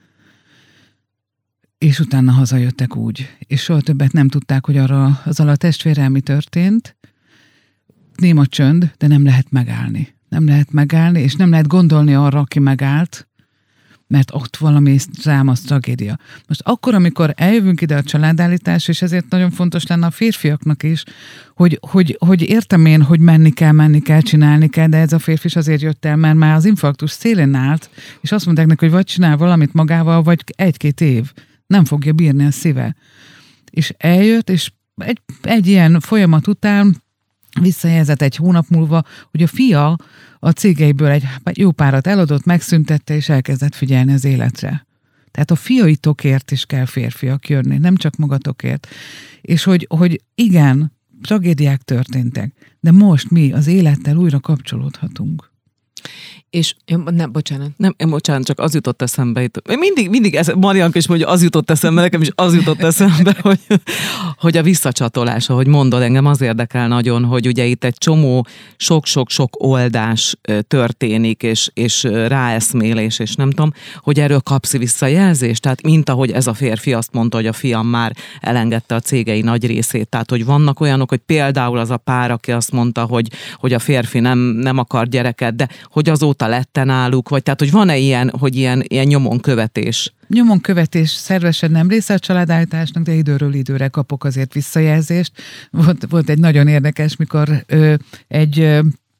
[SPEAKER 3] És utána hazajöttek úgy. És soha többet nem tudták, hogy arra azzal a testvérrel mi történt. Néma csönd, de nem lehet megállni. Nem lehet megállni, és nem lehet gondolni arra, aki megállt, mert ott valami dráma, tragédia. Most akkor, amikor eljövünk ide a családállítás, és ezért nagyon fontos lenne a férfiaknak is, hogy, hogy, hogy értem én, hogy menni kell, menni kell, csinálni kell, de ez a férfi is azért jött el, mert már az infarktus szélén állt, és azt mondták neki, hogy vagy csinál valamit magával, vagy egy-két év. Nem fogja bírni a szíve. És eljött, és egy, egy ilyen folyamat után visszajelzett egy hónap múlva, hogy a fia a cégeiből egy jó párat eladott, megszüntette, és elkezdett figyelni az életre. Tehát a fiaitokért is kell férfiak jönni, nem csak magatokért. És hogy, hogy igen, tragédiák történtek, de most mi az élettel újra kapcsolódhatunk.
[SPEAKER 1] És, nem, bocsánat.
[SPEAKER 2] Nem, bocsánat, csak az jutott eszembe itt. Mindig, mindig ez, Marianka is mondja, az jutott eszembe, nekem is az jutott eszembe, hogy, hogy a visszacsatolás, ahogy mondod, engem az érdekel nagyon, hogy ugye itt egy csomó sok-sok-sok oldás történik, és, és ráeszmélés, és nem tudom, hogy erről kapsz visszajelzést, tehát mint ahogy ez a férfi azt mondta, hogy a fiam már elengedte a cégei nagy részét, tehát hogy vannak olyanok, hogy például az a pár, aki azt mondta, hogy, hogy a férfi nem, nem akar gyereket, de hogy azóta lette náluk, vagy tehát, hogy van-e ilyen, hogy ilyen, ilyen nyomonkövetés?
[SPEAKER 3] Nyomonkövetés szervesen nem része a családállításnak, de időről időre kapok azért visszajelzést. Volt, volt egy nagyon érdekes, mikor ö, egy ö,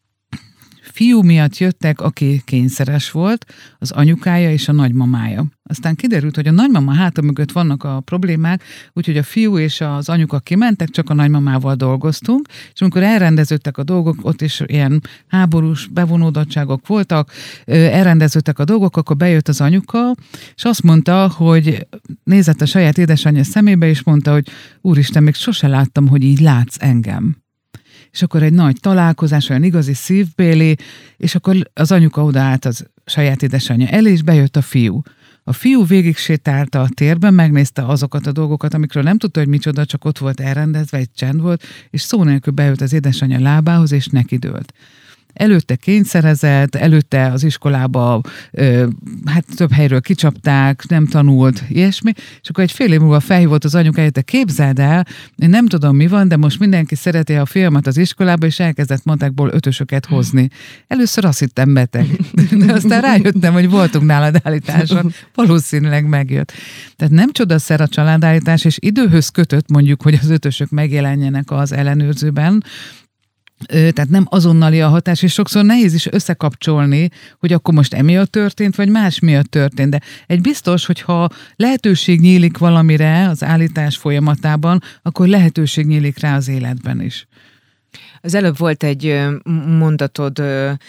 [SPEAKER 3] fiú miatt jöttek, aki kényszeres volt, az anyukája és a nagymamája. Aztán kiderült, hogy a nagymama háta mögött vannak a problémák, úgyhogy a fiú és az anyuka kimentek, csak a nagymamával dolgoztunk, és amikor elrendeződtek a dolgok, ott is ilyen háborús bevonódottságok voltak, elrendeződtek a dolgok, akkor bejött az anyuka, és azt mondta, hogy nézett a saját édesanyja szemébe, és mondta, hogy úristen, még sose láttam, hogy így látsz engem. És akkor egy nagy találkozás, olyan igazi szívbéli, és akkor az anyuka odaállt az saját édesanyja elé, és bejött a fiú. A fiú végig sétálta a térben, megnézte azokat a dolgokat, amikről nem tudta, hogy micsoda, csak ott volt elrendezve, egy csend volt, és szó nélkül bejött az édesanyja lábához, és nekidőlt. Előtte kényszerezett, előtte az iskolába ö, hát több helyről kicsapták, nem tanult, ilyesmi, és akkor egy fél év múlva felhívott az anyukája, te képzeld el, én nem tudom mi van, de most mindenki szereti a fiamat az iskolába, és elkezdett matekból ötösöket hozni. Először azt hittem beteg, de aztán rájöttem, hogy voltunk nálad állításon, valószínűleg megjött. Tehát nem csodaszer a családállítás, és időhöz kötött mondjuk, hogy az ötösök megjelenjenek az ellenőrzőben, tehát nem azonnali a hatás, és sokszor nehéz is összekapcsolni, hogy akkor most emiatt történt, vagy más miatt történt. De egy biztos, hogyha lehetőség nyílik valamire az állítás folyamatában, akkor lehetőség nyílik rá az életben is.
[SPEAKER 1] Az előbb volt egy mondatod,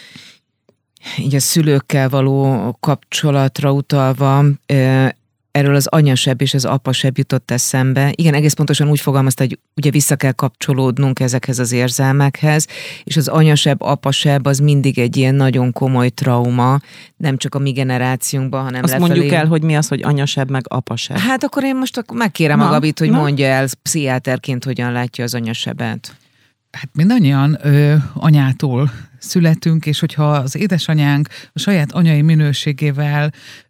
[SPEAKER 1] így a szülőkkel való kapcsolatra utalva, erről az anyasebb és az apasebb jutott eszembe. Igen, egész pontosan úgy fogalmazta, hogy ugye vissza kell kapcsolódnunk ezekhez az érzelmekhez, és az anyasebb, apasebb az mindig egy ilyen nagyon komoly trauma, nem csak a mi generációnkban, hanem
[SPEAKER 2] azt
[SPEAKER 1] lefelé.
[SPEAKER 2] mondjuk el, hogy mi az, hogy anyasebb meg apasebb.
[SPEAKER 1] Hát akkor én most akkor megkérem a Gabit, hogy na. mondja el pszichiáterként, hogyan látja az anyasebbet.
[SPEAKER 3] Hát mindannyian ö, anyától születünk, és hogyha az édesanyánk a saját anyai minőségével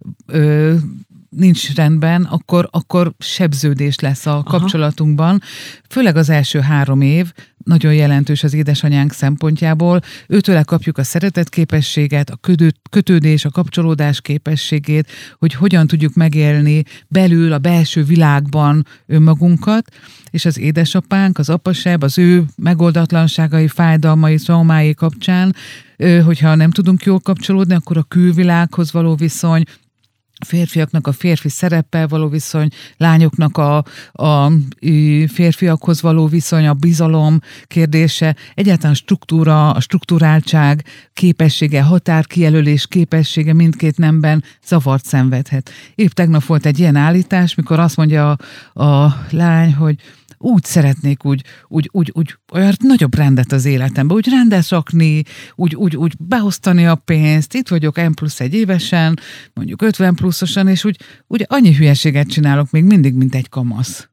[SPEAKER 3] ö, nincs rendben, akkor, akkor sebződés lesz a kapcsolatunkban. Aha. Főleg az első három év nagyon jelentős az édesanyánk szempontjából. Őtőle kapjuk a szeretetképességet, a kötődés, a kapcsolódás képességét, hogy hogyan tudjuk megélni belül, a belső világban önmagunkat, és az édesapánk, az apasebb, az ő megoldatlanságai, fájdalmai, traumái kapcsán, hogyha nem tudunk jól kapcsolódni, akkor a külvilághoz való viszony, férfiaknak a férfi szereppel való viszony, lányoknak a, a férfiakhoz való viszony, a bizalom kérdése, egyáltalán struktúra, a strukturáltság képessége, határkijelölés képessége mindkét nemben zavart szenvedhet. Épp tegnap volt egy ilyen állítás, mikor azt mondja a, a lány, hogy úgy szeretnék úgy, úgy, úgy, úgy olyan nagyobb rendet az életembe, úgy rendet rakni, úgy, úgy, úgy beosztani a pénzt, itt vagyok N plusz egy évesen, mondjuk ötven pluszosan, és úgy, úgy annyi hülyeséget csinálok még mindig, mint egy kamasz.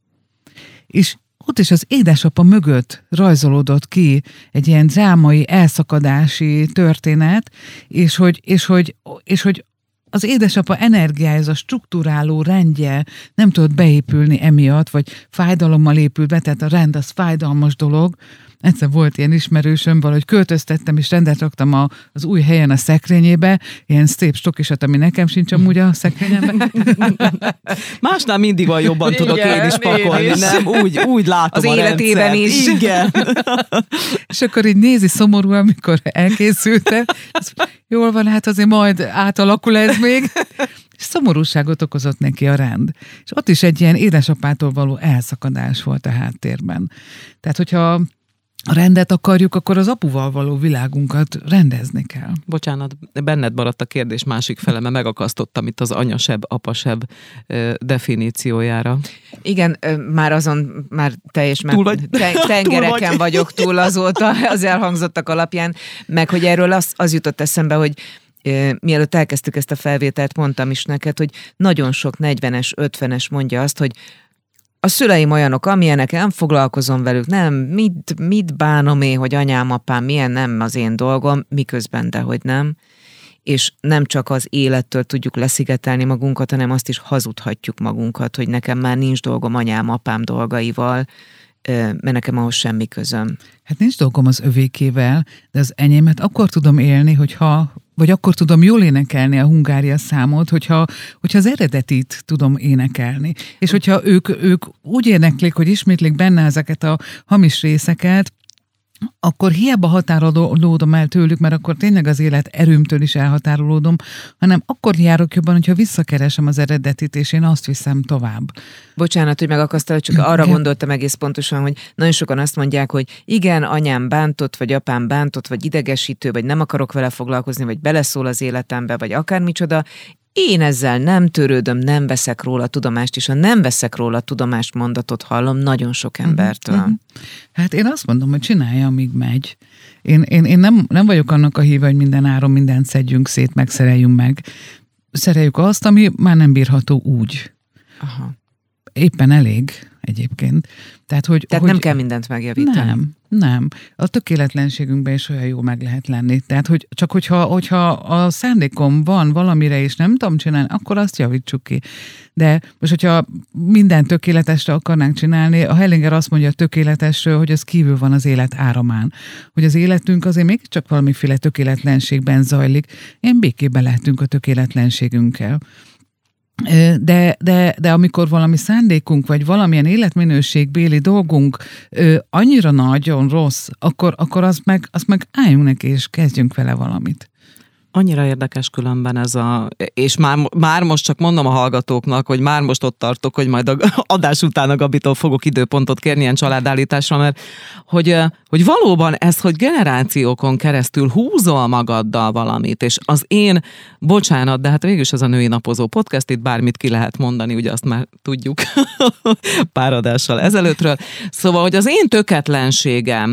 [SPEAKER 3] És ott is az édesapa mögött rajzolódott ki egy ilyen drámai, elszakadási történet, és hogy, és hogy, és hogy az édesapa energiája, ez a strukturáló rendje nem tudott beépülni emiatt, vagy fájdalommal épül be, tehát a rend az fájdalmas dolog, egyszer volt ilyen ismerősöm, valahogy költöztettem, és rendet raktam a, az új helyen a szekrényébe, ilyen szép stokisat, ami nekem sincs amúgy a szekrényemben.
[SPEAKER 2] Másnál mindig van jobban tudok én is pakolni, én is. Nem? Úgy, úgy látom
[SPEAKER 1] az
[SPEAKER 2] a
[SPEAKER 1] életében
[SPEAKER 2] rendszert.
[SPEAKER 1] is.
[SPEAKER 2] Igen.
[SPEAKER 3] És akkor így nézi szomorú, amikor elkészültem. Jól van, hát azért majd átalakul ez még. És szomorúságot okozott neki a rend. És ott is egy ilyen édesapától való elszakadás volt a háttérben. Tehát, hogyha a rendet akarjuk, akkor az apuval való világunkat rendezni kell.
[SPEAKER 2] Bocsánat, benned maradt a kérdés másik fele, mert megakasztottam itt az anyasebb, apasebb definíciójára.
[SPEAKER 1] Igen, már azon, már teljes
[SPEAKER 2] túl vagy,
[SPEAKER 1] te, tengereken
[SPEAKER 2] túl vagy.
[SPEAKER 1] vagyok túl azóta az elhangzottak alapján, meg hogy erről az, az jutott eszembe, hogy mielőtt elkezdtük ezt a felvételt, mondtam is neked, hogy nagyon sok negyvenes, ötvenes mondja azt, hogy a szüleim olyanok, amilyenek, nem foglalkozom velük, nem, mit, mit bánom én, hogy anyám, apám milyen, nem az én dolgom, miközben dehogy nem. És nem csak az élettől tudjuk leszigetelni magunkat, hanem azt is hazudhatjuk magunkat, hogy nekem már nincs dolgom anyám, apám dolgaival, mert nekem ahhoz semmi közöm.
[SPEAKER 3] Hát nincs dolgom az övékével, de az enyémet akkor tudom élni, hogyha vagy akkor tudom jól énekelni a Hungária számot, hogyha, hogyha az eredetit tudom énekelni. És hogyha ők, ők úgy éneklik, hogy ismétlik benne ezeket a hamis részeket, akkor hiába határolódom el tőlük, mert akkor tényleg az élet erőmtől is elhatárolódom, hanem akkor járok jobban, hogyha visszakeresem az eredetit, és én azt viszem tovább.
[SPEAKER 1] Bocsánat, hogy megakasztalak, csak arra gondoltam egész pontosan, hogy nagyon sokan azt mondják, hogy igen, anyám bántott, vagy apám bántott, vagy idegesítő, vagy nem akarok vele foglalkozni, vagy beleszól az életembe, vagy akármicsoda. Én ezzel nem törődöm, nem veszek róla tudomást, és a nem veszek róla tudomást mondatot hallom nagyon sok embertől. Uh-huh.
[SPEAKER 3] Hát én azt mondom, hogy csinálja, amíg megy. Én, én, én nem, nem vagyok annak a híve, hogy minden áron mindent szedjünk szét, megszereljünk meg. Szereljük azt, ami már nem bírható úgy.
[SPEAKER 1] Aha.
[SPEAKER 3] Éppen elég egyébként. Tehát, hogy,
[SPEAKER 1] Tehát
[SPEAKER 3] hogy
[SPEAKER 1] nem kell mindent megjavítani.
[SPEAKER 3] Nem, nem. A tökéletlenségünkben is olyan jó meg lehet lenni. Tehát, hogy csak hogyha, hogyha a szándékom van valamire, és nem tudom csinálni, akkor azt javítsuk ki. De most, hogyha minden tökéletesre akarnánk csinálni, a Hellinger azt mondja a tökéletesről, hogy az kívül van az élet áramán. Hogy az életünk azért mégiscsak valamiféle tökéletlenségben zajlik. Én békében lehetünk a tökéletlenségünkkel. De, de, de amikor valami szándékunk, vagy valamilyen életminőségbéli dolgunk ö, annyira nagyon rossz, akkor, akkor azt meg, azt meg álljunk neki, és kezdjünk vele valamit.
[SPEAKER 2] Annyira érdekes különben ez a, és már, már most csak mondom a hallgatóknak, hogy már most ott tartok, hogy majd a adás után a Gabitól fogok időpontot kérni ilyen családállításra, mert hogy, hogy valóban ez, hogy generációkon keresztül húzol magaddal valamit, és az én, bocsánat, de hát végülis ez a női napozó podcast, itt bármit ki lehet mondani, ugye azt már tudjuk pár adással ezelőttről. Szóval, hogy az én töketlenségem,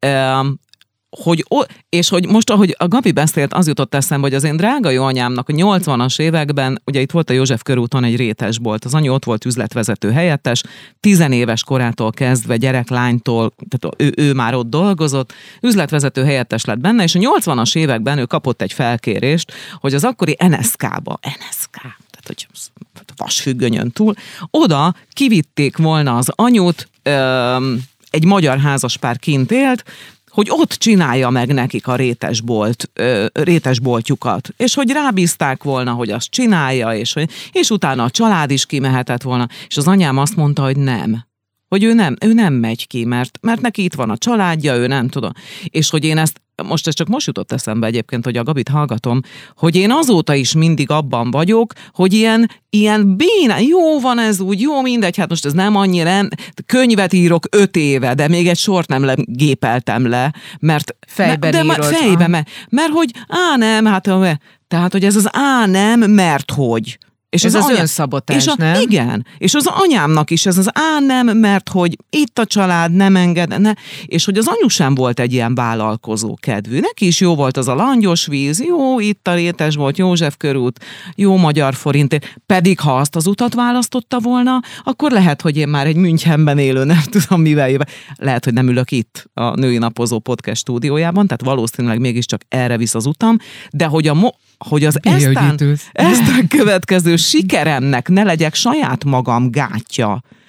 [SPEAKER 2] Hogy, és hogy most, ahogy a Gabi beszélt, az jutott eszembe, hogy az én drága jó anyámnak a nyolcvanas években, ugye itt volt a József körúton egy rétesbolt, az anyu ott volt üzletvezető helyettes, tizenéves korától kezdve gyereklánytól, tehát ő, ő már ott dolgozott, üzletvezető helyettes lett benne, és a nyolcvanas években ő kapott egy felkérést, hogy az akkori en es ká-ba, en es ká, tehát hogy vasfüggönyön túl, oda kivitték volna az anyut, öm, egy magyar házaspár kint élt, hogy ott csinálja meg nekik a rétesbolt, ö, rétesboltjukat, és hogy rábízták volna, hogy azt csinálja, és, hogy, és utána a család is kimehetett volna, és az anyám azt mondta, hogy nem. Hogy ő nem, ő nem megy ki, mert, mert neki itt van a családja, ő nem tudom. És hogy én ezt, most ez csak most jutott eszembe egyébként, hogy a Gabit hallgatom, hogy én azóta is mindig abban vagyok, hogy ilyen, ilyen béna, jó van ez úgy, jó mindegy, hát most ez nem annyira, nem, könyvet írok öt éve, de még egy sort nem le, gépeltem le, mert
[SPEAKER 1] fejben
[SPEAKER 2] de,
[SPEAKER 1] írod.
[SPEAKER 2] De fejben, mert, mert hogy á nem, hát tehát, hogy ez az á nem, mert hogy. És
[SPEAKER 1] ez az, az
[SPEAKER 2] anya...
[SPEAKER 1] önszabotás,
[SPEAKER 2] és a...
[SPEAKER 1] nem?
[SPEAKER 2] Igen, és az anyámnak is ez az á nem, mert hogy itt a család nem enged, ne. És hogy az anyu sem volt egy ilyen vállalkozó kedvű. Neki is jó volt az a langyos víz, jó, itt a rétes volt, József körút, jó magyar forintért. Pedig ha azt az utat választotta volna, akkor lehet, hogy én már egy Münchenben élő, nem tudom mivel éve. Lehet, hogy nem ülök itt a Női Napozó podcast stúdiójában, tehát valószínűleg mégiscsak erre visz az utam, de hogy a mo- hogy az eztán, eztán következő sikeremnek ne legyek saját magam gátja.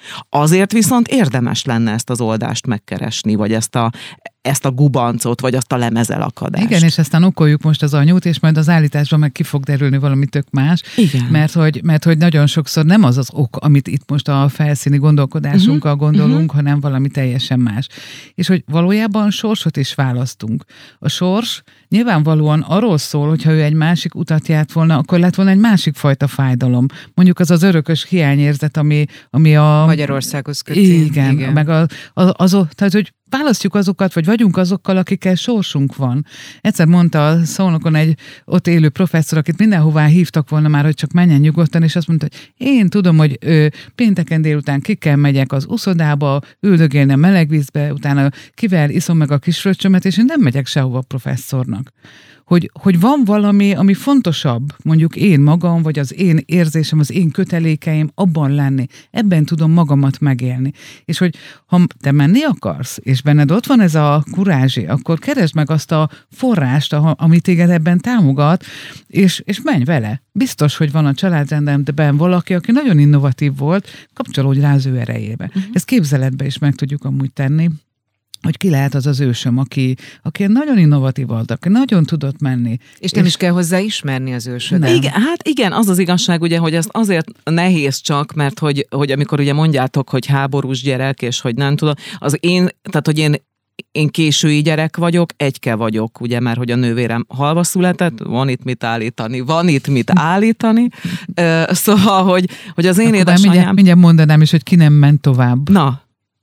[SPEAKER 2] Azért viszont érdemes lenne ezt az oldást megkeresni, vagy ezt a, ezt a gubancot, vagy azt a lemezelakadást.
[SPEAKER 3] Igen, és aztán okoljuk most az anyút, és majd az állításban meg ki fog derülni valami tök más. Igen. Mert hogy, mert hogy nagyon sokszor nem az az ok, amit itt most a felszíni gondolkodásunkkal uh-huh. gondolunk, uh-huh. hanem valami teljesen más. És hogy valójában sorsot is választunk. A sors nyilvánvalóan arról szól, hogyha ő egy másik utat járt volna, akkor lett volna egy másik fajta fájdalom. Mondjuk az az örökös hiányérzet, ami, ami a...
[SPEAKER 1] Magyarországhoz köti.
[SPEAKER 3] Igen, igen. Meg a, az, az, tehát, hogy választjuk azokat, vagy vagyunk azokkal, akikkel sorsunk van. Egyszer mondta a Szolnokon egy ott élő professzor, akit mindenhová hívtak volna már, hogy csak menjen nyugodtan, és azt mondta, hogy én tudom, hogy ö, pénteken délután kikkel megyek az uszodába, üldögélni a meleg vízbe, utána kivel iszom meg a kis fröccsömet, és én nem megyek sehova professzornak. Hogy, hogy van valami, ami fontosabb, mondjuk én magam, vagy az én érzésem, az én kötelékeim abban lenni. Ebben tudom magamat megélni. És hogy ha te menni akarsz, és benned ott van ez a kurázsi, akkor keresd meg azt a forrást, ami téged ebben támogat, és, és menj vele. Biztos, hogy van a családrendemben valaki, aki nagyon innovatív volt, kapcsolódj rá az ő erejébe. Uh-huh. Ezt képzeletbe is meg tudjuk amúgy tenni, hogy ki lehet az az ősöm, aki, aki nagyon innovatív volt, aki nagyon tudott menni.
[SPEAKER 1] És nem és is kell hozzá ismerni az ősödet.
[SPEAKER 2] Igen, hát igen, az az igazság, ugye, hogy ezt azért nehéz csak, mert hogy, hogy amikor ugye mondjátok, hogy háborús gyerek, és hogy nem tudom, az én, tehát hogy én Én késői gyerek vagyok, egyke vagyok, ugye, mert hogy a nővérem halva született, van itt mit állítani, van itt mit állítani. Szóval, hogy, hogy az én
[SPEAKER 3] Akkor
[SPEAKER 2] édesanyám...
[SPEAKER 3] Mindjárt, mindjárt mondanám is, hogy ki nem ment tovább.
[SPEAKER 2] Na,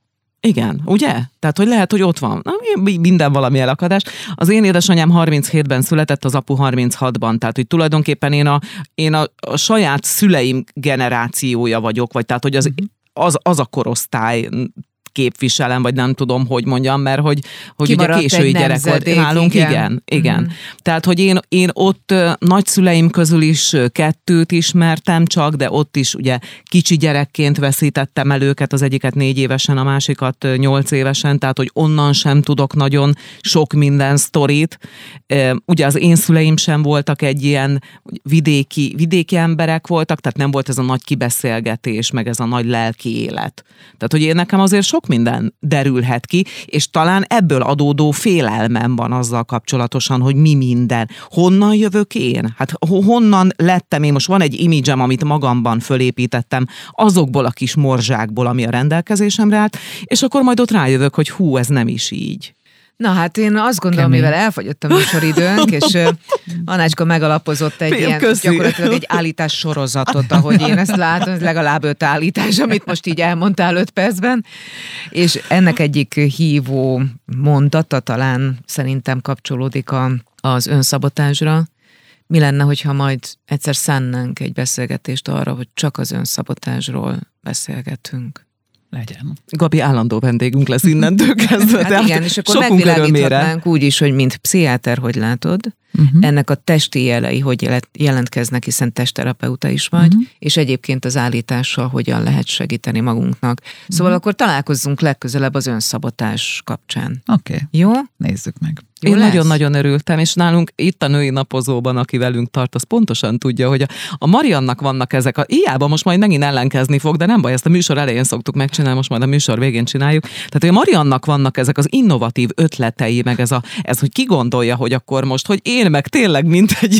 [SPEAKER 2] igen, ugye? Tehát, hogy lehet, hogy ott van. Na, minden valami elakadás. Az én édesanyám harminchétben született, az apu harminchatban. Tehát, hogy tulajdonképpen én a, én a, a saját szüleim generációja vagyok, vagy tehát, hogy az, az, az a korosztály képviselem, vagy nem tudom, hogy mondjam, mert hogy, hogy ugye késői gyerek volt nálunk. Igen, igen. igen. Mm. Tehát, hogy én, én ott nagyszüleim közül is kettőt ismertem csak, de ott is ugye kicsi gyerekként veszítettem el őket, az egyiket négy évesen, a másikat nyolc évesen, tehát, hogy onnan sem tudok nagyon sok minden sztorit. Ugye az én szüleim sem voltak egy ilyen vidéki, vidéki emberek voltak, tehát nem volt ez a nagy kibeszélgetés, meg ez a nagy lelki élet. Tehát, hogy én nekem azért sok minden derülhet ki, és talán ebből adódó félelmem van azzal kapcsolatosan, hogy mi minden. Honnan jövök én? Hát honnan lettem én? Most van egy imidzsem, amit magamban fölépítettem azokból a kis morzsákból, ami a rendelkezésemre állt, és akkor majd ott rájövök, hogy hú, ez nem is így.
[SPEAKER 1] Na hát én azt gondolom, Kemény. mivel elfogyott a műsoridőnk, és uh, Anácska megalapozott egy ilyen, Köszi. gyakorlatilag egy állítás sorozatot, ahogy én ezt látom, legalább öt állítás, amit most így elmondtál öt percben, és ennek egyik hívó mondata talán szerintem kapcsolódik a, az önszabotázsra. Mi lenne, hogyha majd egyszer szánnánk egy beszélgetést arra, hogy csak az önszabotázsról beszélgetünk?
[SPEAKER 3] Legyen.
[SPEAKER 2] Gabi állandó vendégünk lesz innentől kezdve.
[SPEAKER 1] Hát igen, és akkor megvilágíthatnánk úgy is, hogy mint pszichiáter, hogy látod, uh-huh. ennek a testi jelei, hogy jelentkeznek, hiszen testterapeuta is vagy, uh-huh. és egyébként az állítással hogyan lehet segíteni magunknak. Szóval uh-huh. akkor találkozzunk legközelebb az önszabotás kapcsán.
[SPEAKER 3] Oké. Okay.
[SPEAKER 1] Jó?
[SPEAKER 3] Nézzük meg.
[SPEAKER 2] Jó Én lesz? Nagyon-nagyon örültem, és nálunk itt a női napozóban, aki velünk tart, az pontosan tudja, hogy a, a Mariannak vannak ezek a... Ijába most majd megint ellenkezni fog, de nem baj, ezt a műsor elején szoktuk megcsinálni, most majd a műsor végén csináljuk. Tehát, hogy a Mariannak vannak ezek az innovatív ötletei, meg ez, a, ez hogy ki gondolja, hogy akkor most, hogy én meg tényleg, mint egy,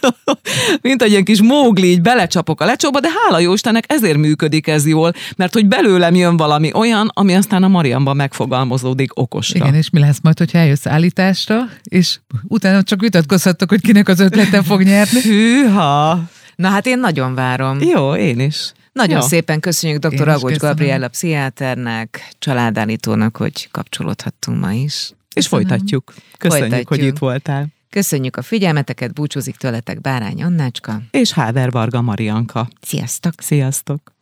[SPEAKER 2] mint egy ilyen kis Mógli, így belecsapok a lecsóba, de hála jó Istennek ezért működik ez jól, mert hogy belőlem jön valami olyan, ami aztán a Marianban megfogalmazódik okosra.
[SPEAKER 3] Igen, és mi lesz majd, hogyha eljössz állításra, és utána csak vitatkozhattok, hogy kinek az ötlete fog nyerni.
[SPEAKER 2] Hűha!
[SPEAKER 1] Na hát én nagyon várom.
[SPEAKER 2] Jó, én is.
[SPEAKER 1] Nagyon
[SPEAKER 2] Jó.
[SPEAKER 1] szépen köszönjük doktor Agocs Gabriella pszichiáternek, családállítónak, hogy kapcsolódhattunk ma is.
[SPEAKER 2] És folytatjuk. Köszönjük,
[SPEAKER 1] folytatjuk.
[SPEAKER 2] hogy itt voltál.
[SPEAKER 1] Köszönjük a figyelmeteket, búcsúzik tőletek Bárány Annácska.
[SPEAKER 2] És Háder Varga Marianka.
[SPEAKER 1] Sziasztok!
[SPEAKER 2] Sziasztok!